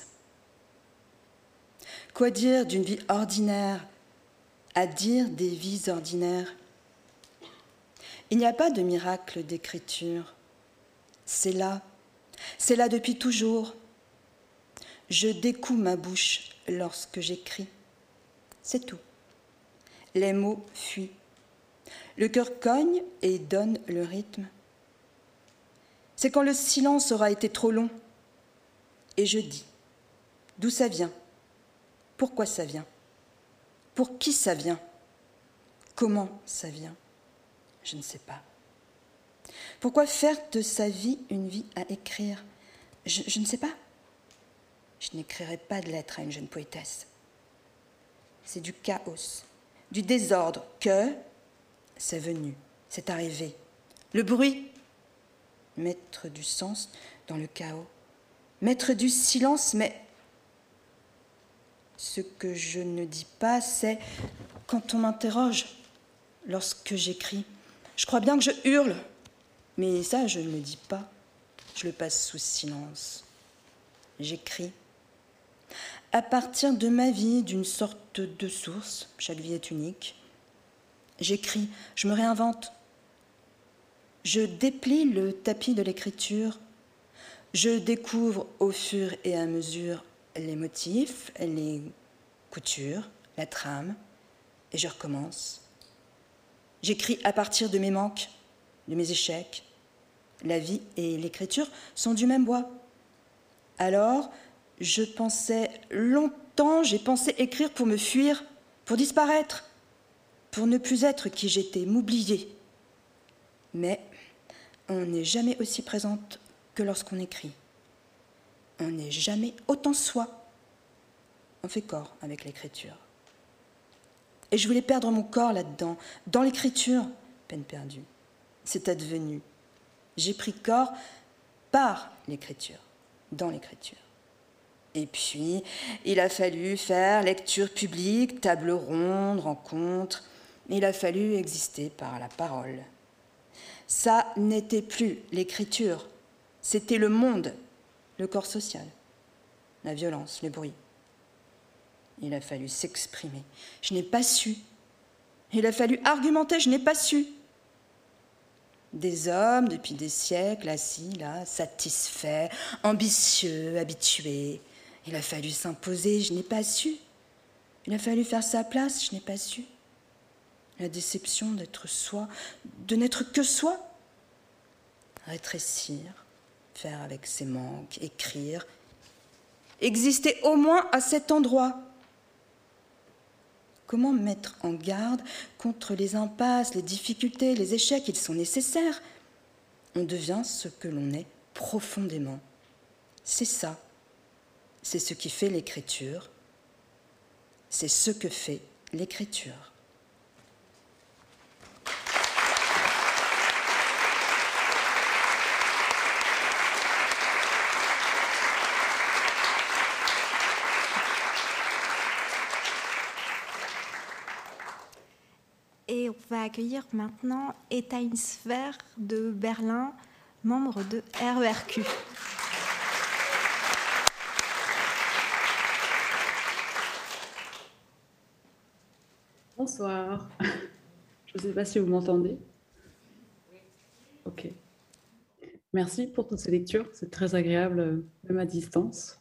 S7: Quoi dire d'une vie ordinaire à dire des vies ordinaires? Il n'y a pas de miracle d'écriture. C'est là depuis toujours. Je découds ma bouche lorsque j'écris. C'est tout. Les mots fuient. Le cœur cogne et donne le rythme. C'est quand le silence aura été trop long. Et je dis, d'où ça vient? Pourquoi ça vient? Pour qui ça vient? Comment ça vient? Je ne sais pas. Pourquoi faire de sa vie une vie à écrire? Je ne sais pas. Je n'écrirai pas de lettres à une jeune poétesse. C'est du chaos, du désordre que c'est venu, c'est arrivé. Le bruit, mettre du sens dans le chaos, mettre du silence, mais ce que je ne dis pas, c'est quand on m'interroge, lorsque j'écris. Je crois bien que je hurle, mais ça, je ne le dis pas. Je le passe sous silence. J'écris. À partir de ma vie, d'une sorte de source, chaque vie est unique. J'écris, je me réinvente. Je déplie le tapis de l'écriture. Je découvre au fur et à mesure les motifs, les coutures, la trame, et je recommence. J'écris à partir de mes manques, de mes échecs. La vie et l'écriture sont du même bois. Alors, je pensais longtemps, j'ai pensé écrire pour me fuir, pour disparaître, pour ne plus être qui j'étais, m'oublier. Mais on n'est jamais aussi présente que lorsqu'on écrit. On n'est jamais autant soi. On fait corps avec l'écriture. Et je voulais perdre mon corps là-dedans, dans l'écriture. Peine perdue. C'est advenu. J'ai pris corps par l'écriture, dans l'écriture. Et puis, il a fallu faire lecture publique, table ronde, rencontre. Il a fallu exister par la parole. Ça n'était plus l'écriture, c'était le monde, le corps social, la violence, le bruit. Il a fallu s'exprimer. Je n'ai pas su. Il a fallu argumenter, je n'ai pas su. Des hommes, depuis des siècles, assis là, satisfaits, ambitieux, habitués. Il a fallu s'imposer, je n'ai pas su. Il a fallu faire sa place, je n'ai pas su. La déception d'être soi, de n'être que soi. Rétrécir, faire avec ses manques, écrire. Exister au moins à cet endroit. Comment mettre en garde contre les impasses, les difficultés, les échecs? Ils sont nécessaires. On devient ce que l'on est profondément. C'est ça. C'est ce qui fait l'écriture. C'est ce que fait l'écriture.
S2: Et on va accueillir maintenant Etainsver de Berlin, membre de RERQ.
S8: Bonsoir. Je ne sais pas si vous m'entendez. Ok. Merci pour toutes ces lectures. C'est très agréable, même à distance.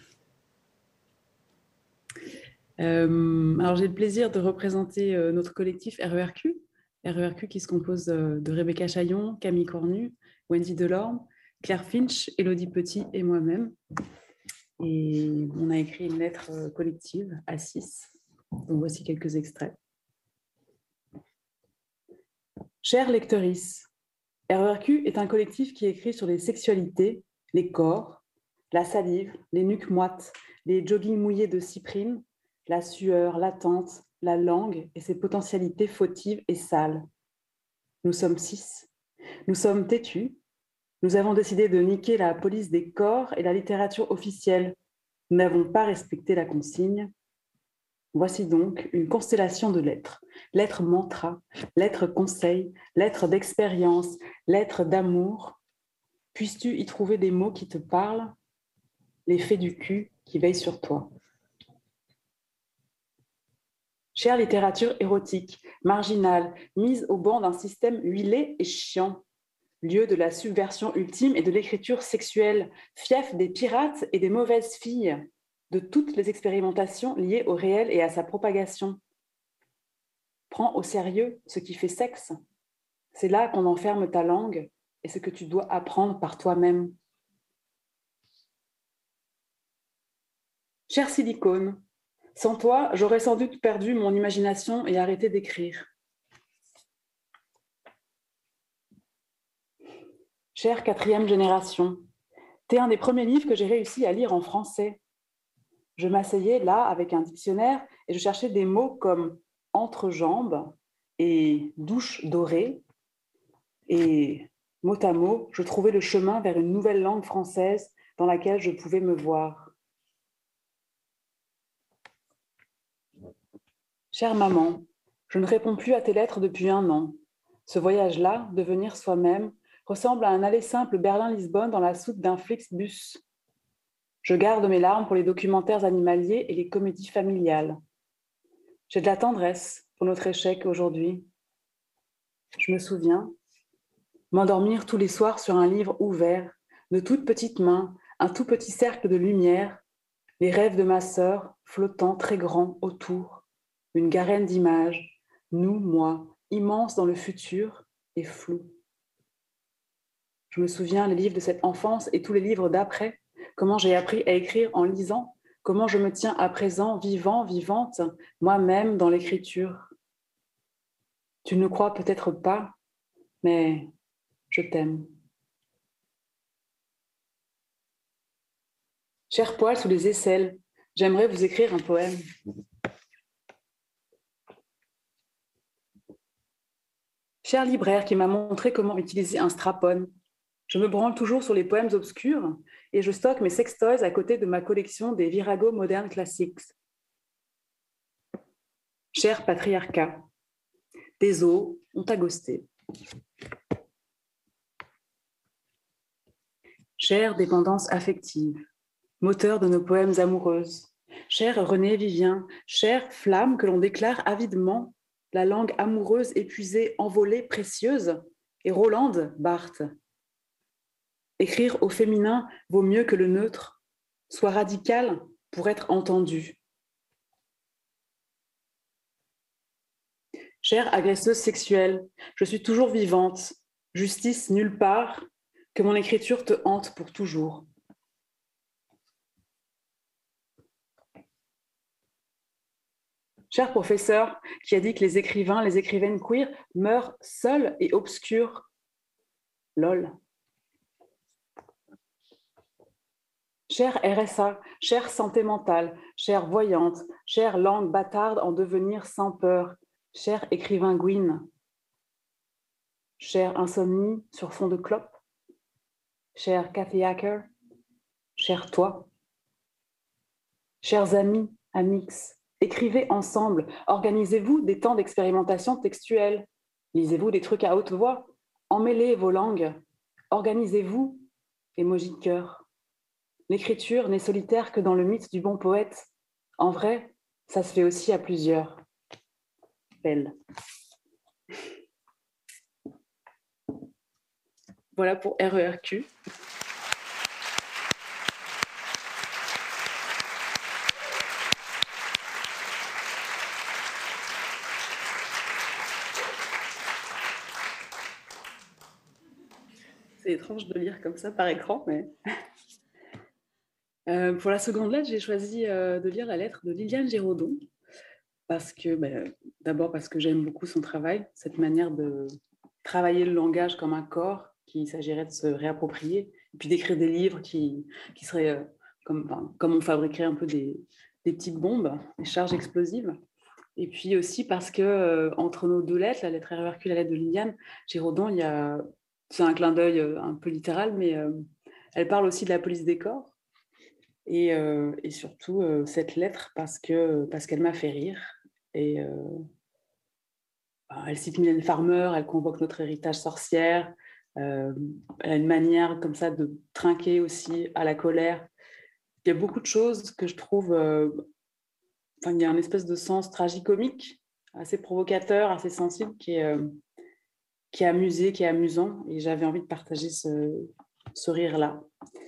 S8: Alors, j'ai le plaisir de représenter notre collectif RERQ. RERQ qui se compose de Rebecca Chaillon, Camille Cornu, Wendy Delorme, Claire Finch, Élodie Petit et moi-même. Et on a écrit une lettre collective à 6. Donc, voici quelques extraits. Chère lectrice, RERQ est un collectif qui écrit sur les sexualités, les corps, la salive, les nuques moites, les joggings mouillés de cyprine, la sueur latente, la langue et ses potentialités fautives et sales. Nous sommes 6. Nous sommes têtus. Nous avons décidé de niquer la police des corps et la littérature officielle. Nous n'avons pas respecté la consigne. Voici donc une constellation de lettres. Lettres mantra, lettres conseil, lettres d'expérience, lettres d'amour. Puisses-tu y trouver des mots qui te parlent? Les fées du cul qui veillent sur toi. Chère littérature érotique, marginale, mise au banc d'un système huilé et chiant, lieu de la subversion ultime et de l'écriture sexuelle, fief des pirates et des mauvaises filles, de toutes les expérimentations liées au réel et à sa propagation. Prends au sérieux ce qui fait sexe. C'est là qu'on enferme ta langue et ce que tu dois apprendre par toi-même. Cher silicone, sans toi, j'aurais sans doute perdu mon imagination et arrêté d'écrire. Chère 4e génération, t'es un des premiers livres que j'ai réussi à lire en français. Je m'asseyais là avec un dictionnaire et je cherchais des mots comme entrejambe et douche dorée. Et mot à mot, je trouvais le chemin vers une nouvelle langue française dans laquelle je pouvais me voir. Chère maman, je ne réponds plus à tes lettres depuis 1 an. Ce voyage-là, devenir soi-même, ressemble à un aller simple Berlin-Lisbonne dans la soute d'un Flixbus. Je garde mes larmes pour les documentaires animaliers et les comédies familiales. J'ai de la tendresse pour notre échec aujourd'hui. Je me souviens m'endormir tous les soirs sur un livre ouvert, de toutes petites mains, un tout petit cercle de lumière, les rêves de ma sœur flottant très grands autour, une garenne d'images, nous, moi, immense dans le futur et flou. Je me souviens les livres de cette enfance et tous les livres d'après, comment j'ai appris à écrire en lisant, comment je me tiens à présent vivant, vivante, moi-même dans l'écriture. Tu ne crois peut-être pas, mais je t'aime. Cher poil sous les aisselles, j'aimerais vous écrire un poème. Cher libraire qui m'a montré comment utiliser un strap-on, je me branle toujours sur les poèmes obscurs et je stocke mes sextoys à côté de ma collection des Virago Modern Classics. Cher patriarcat, des os ont agosté. Chère dépendance affective, moteur de nos poèmes amoureuses, cher René Vivien, chère flamme que l'on déclare avidement, la langue amoureuse épuisée, envolée, précieuse, et Rolande Barthes. Écrire au féminin vaut mieux que le neutre, soit radical pour être entendu. Chère agresseuse sexuelle, je suis toujours vivante, justice nulle part, que mon écriture te hante pour toujours. Cher professeur qui a dit que les écrivains, les écrivaines queer meurent seuls et obscurs. Lol. Chère RSA, chère santé mentale, chère voyante, chère langue bâtarde en devenir sans peur, cher écrivain Gwyn, chère insomnie sur fond de clope, cher Cathy Hacker, cher toi, chers amis, amix, écrivez ensemble, organisez-vous des temps d'expérimentation textuelle, lisez-vous des trucs à haute voix, emmêlez vos langues, organisez-vous, émoji de cœur. L'écriture n'est solitaire que dans le mythe du bon poète. En vrai, ça se fait aussi à plusieurs. Belle. Voilà pour RERQ. C'est étrange de lire comme ça par écran, mais... pour la seconde lettre, j'ai choisi de lire la lettre de Liliane Giraudon, parce que, d'abord parce que j'aime beaucoup son travail, cette manière de travailler le langage comme un corps qu'il s'agirait de se réapproprier, et puis d'écrire des livres qui seraient comme on fabriquerait un peu des petites bombes, des charges explosives. Et puis aussi parce que entre nos deux lettres, la lettre RERQ et la lettre de Liliane Giraudon, c'est un clin d'œil un peu littéral, mais elle parle aussi de la police des corps. Et surtout cette lettre parce qu'elle m'a fait rire. Et elle cite Mylène Farmer, elle convoque notre héritage sorcière, elle a une manière comme ça de trinquer aussi à la colère. Il y a beaucoup de choses que je trouve... il y a un espèce de sens tragicomique, assez provocateur, assez sensible, qui est amusé, qui est amusant. Et j'avais envie de partager ce rire-là.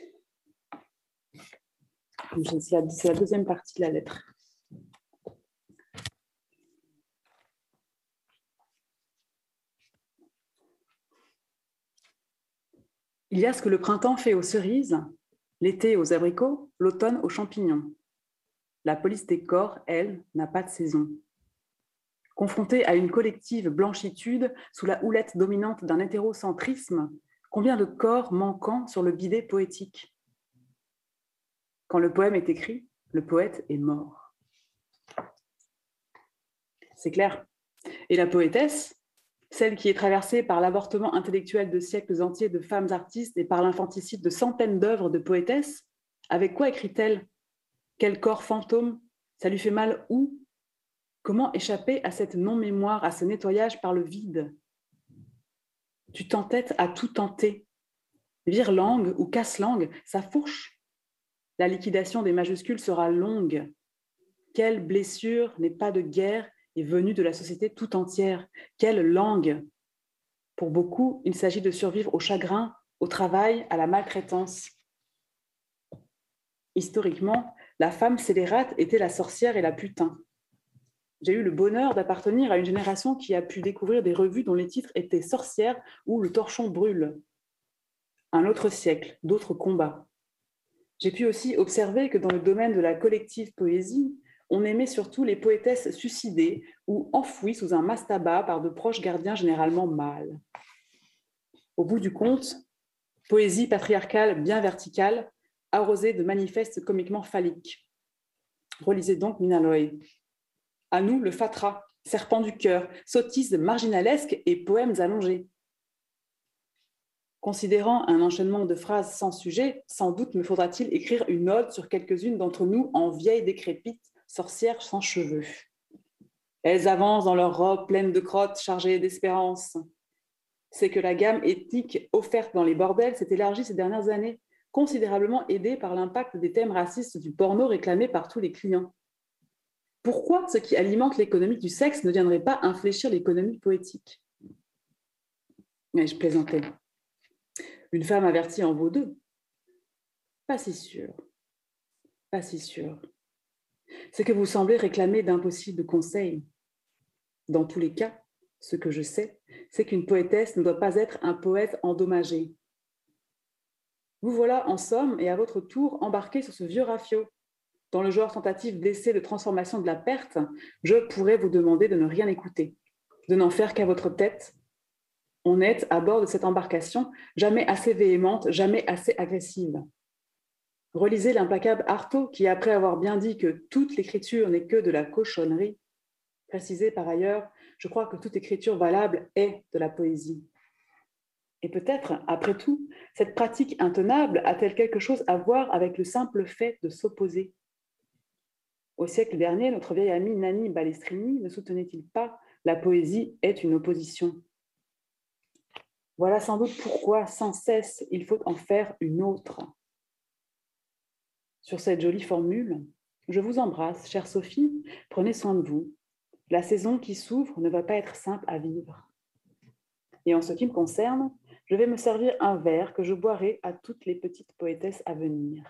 S8: C'est la deuxième partie de la lettre. Il y a ce que le printemps fait aux cerises, l'été aux abricots, l'automne aux champignons. La police des corps, elle, n'a pas de saison. Confrontée à une collective blanchitude sous la houlette dominante d'un hétérocentrisme, combien de corps manquants sur le bidet poétique? Quand le poème est écrit, le poète est mort. C'est clair. Et la poétesse, celle qui est traversée par l'avortement intellectuel de siècles entiers de femmes artistes et par l'infanticide de centaines d'œuvres de poétesses, avec quoi écrit-elle? Quel corps fantôme? Ça lui fait mal où? Comment échapper à cette non-mémoire, à ce nettoyage par le vide? Tu t'entêtes à tout tenter. Vire-langue ou casse-langue, ça fourche. La liquidation des majuscules sera longue. Quelle blessure n'est pas de guerre est venue de la société tout entière? Quelle langue? Pour beaucoup, il s'agit de survivre au chagrin, au travail, à la maltraitance. Historiquement, la femme scélérate était la sorcière et la putain. J'ai eu le bonheur d'appartenir à une génération qui a pu découvrir des revues dont les titres étaient Sorcière ou Le torchon brûle. Un autre siècle, d'autres combats. J'ai pu aussi observer que dans le domaine de la collective poésie, on aimait surtout les poétesses suicidées ou enfouies sous un mastaba par de proches gardiens généralement mâles. Au bout du compte, poésie patriarcale bien verticale, arrosée de manifestes comiquement phalliques. Relisez donc Mina Loy. À nous, le fatras, serpent du cœur, sottise marginalesque et poèmes allongés. Considérant un enchaînement de phrases sans sujet, sans doute me faudra-t-il écrire une ode sur quelques-unes d'entre nous en vieilles décrépites, sorcières sans cheveux. Elles avancent dans leurs robes pleines de crottes chargées d'espérance. C'est que la gamme ethnique offerte dans les bordels s'est élargie ces dernières années, considérablement aidée par l'impact des thèmes racistes du porno réclamés par tous les clients. Pourquoi ce qui alimente l'économie du sexe ne viendrait pas infléchir l'économie poétique? Mais je plaisantais. Une femme avertie en vaut deux. Pas si sûr. Pas si sûr. C'est que vous semblez réclamer d'impossibles conseils. Dans tous les cas, ce que je sais, c'est qu'une poétesse ne doit pas être un poète endommagé. Vous voilà, en somme, et à votre tour, embarqué sur ce vieux rafio. Dans le genre tentative d'essai de transformation de la perte, je pourrais vous demander de ne rien écouter, de n'en faire qu'à votre tête. On est à bord de cette embarcation, jamais assez véhémente, jamais assez agressive. Relisez l'implacable Artaud qui, après avoir bien dit que toute l'écriture n'est que de la cochonnerie, précisez par ailleurs, je crois que toute écriture valable est de la poésie. Et peut-être, après tout, cette pratique intenable a-t-elle quelque chose à voir avec le simple fait de s'opposer? Au siècle dernier, notre vieil ami Nanni Balestrini ne soutenait-il pas « la poésie est une opposition ». Voilà sans doute pourquoi, sans cesse, il faut en faire une autre. Sur cette jolie formule, je vous embrasse, chère Sophie, prenez soin de vous. La saison qui s'ouvre ne va pas être simple à vivre. Et en ce qui me concerne, je vais me servir un verre que je boirai à toutes les petites poétesses à venir.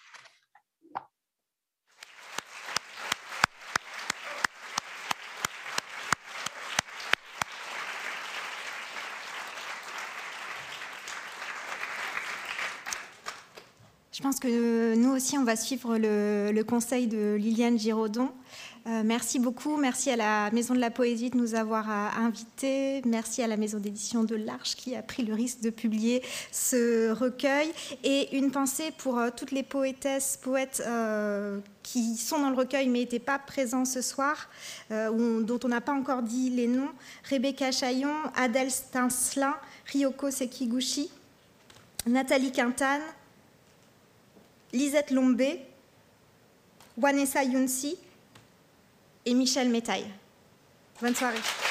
S2: Je pense que nous aussi, on va suivre le conseil de Liliane Giraudon. Merci beaucoup. Merci à la Maison de la Poésie de nous avoir invités. Merci à la Maison d'édition de l'Arche qui a pris le risque de publier ce recueil. Et une pensée pour toutes les poétesses, poètes qui sont dans le recueil mais n'étaient pas présents ce soir, dont on n'a pas encore dit les noms. Rebecca Chaillon, Adèle Stincelin, Ryoko Sekiguchi, Nathalie Quintane, Lisette Lombé, Wanessa Younsi et Michel Métaille. Bonne soirée.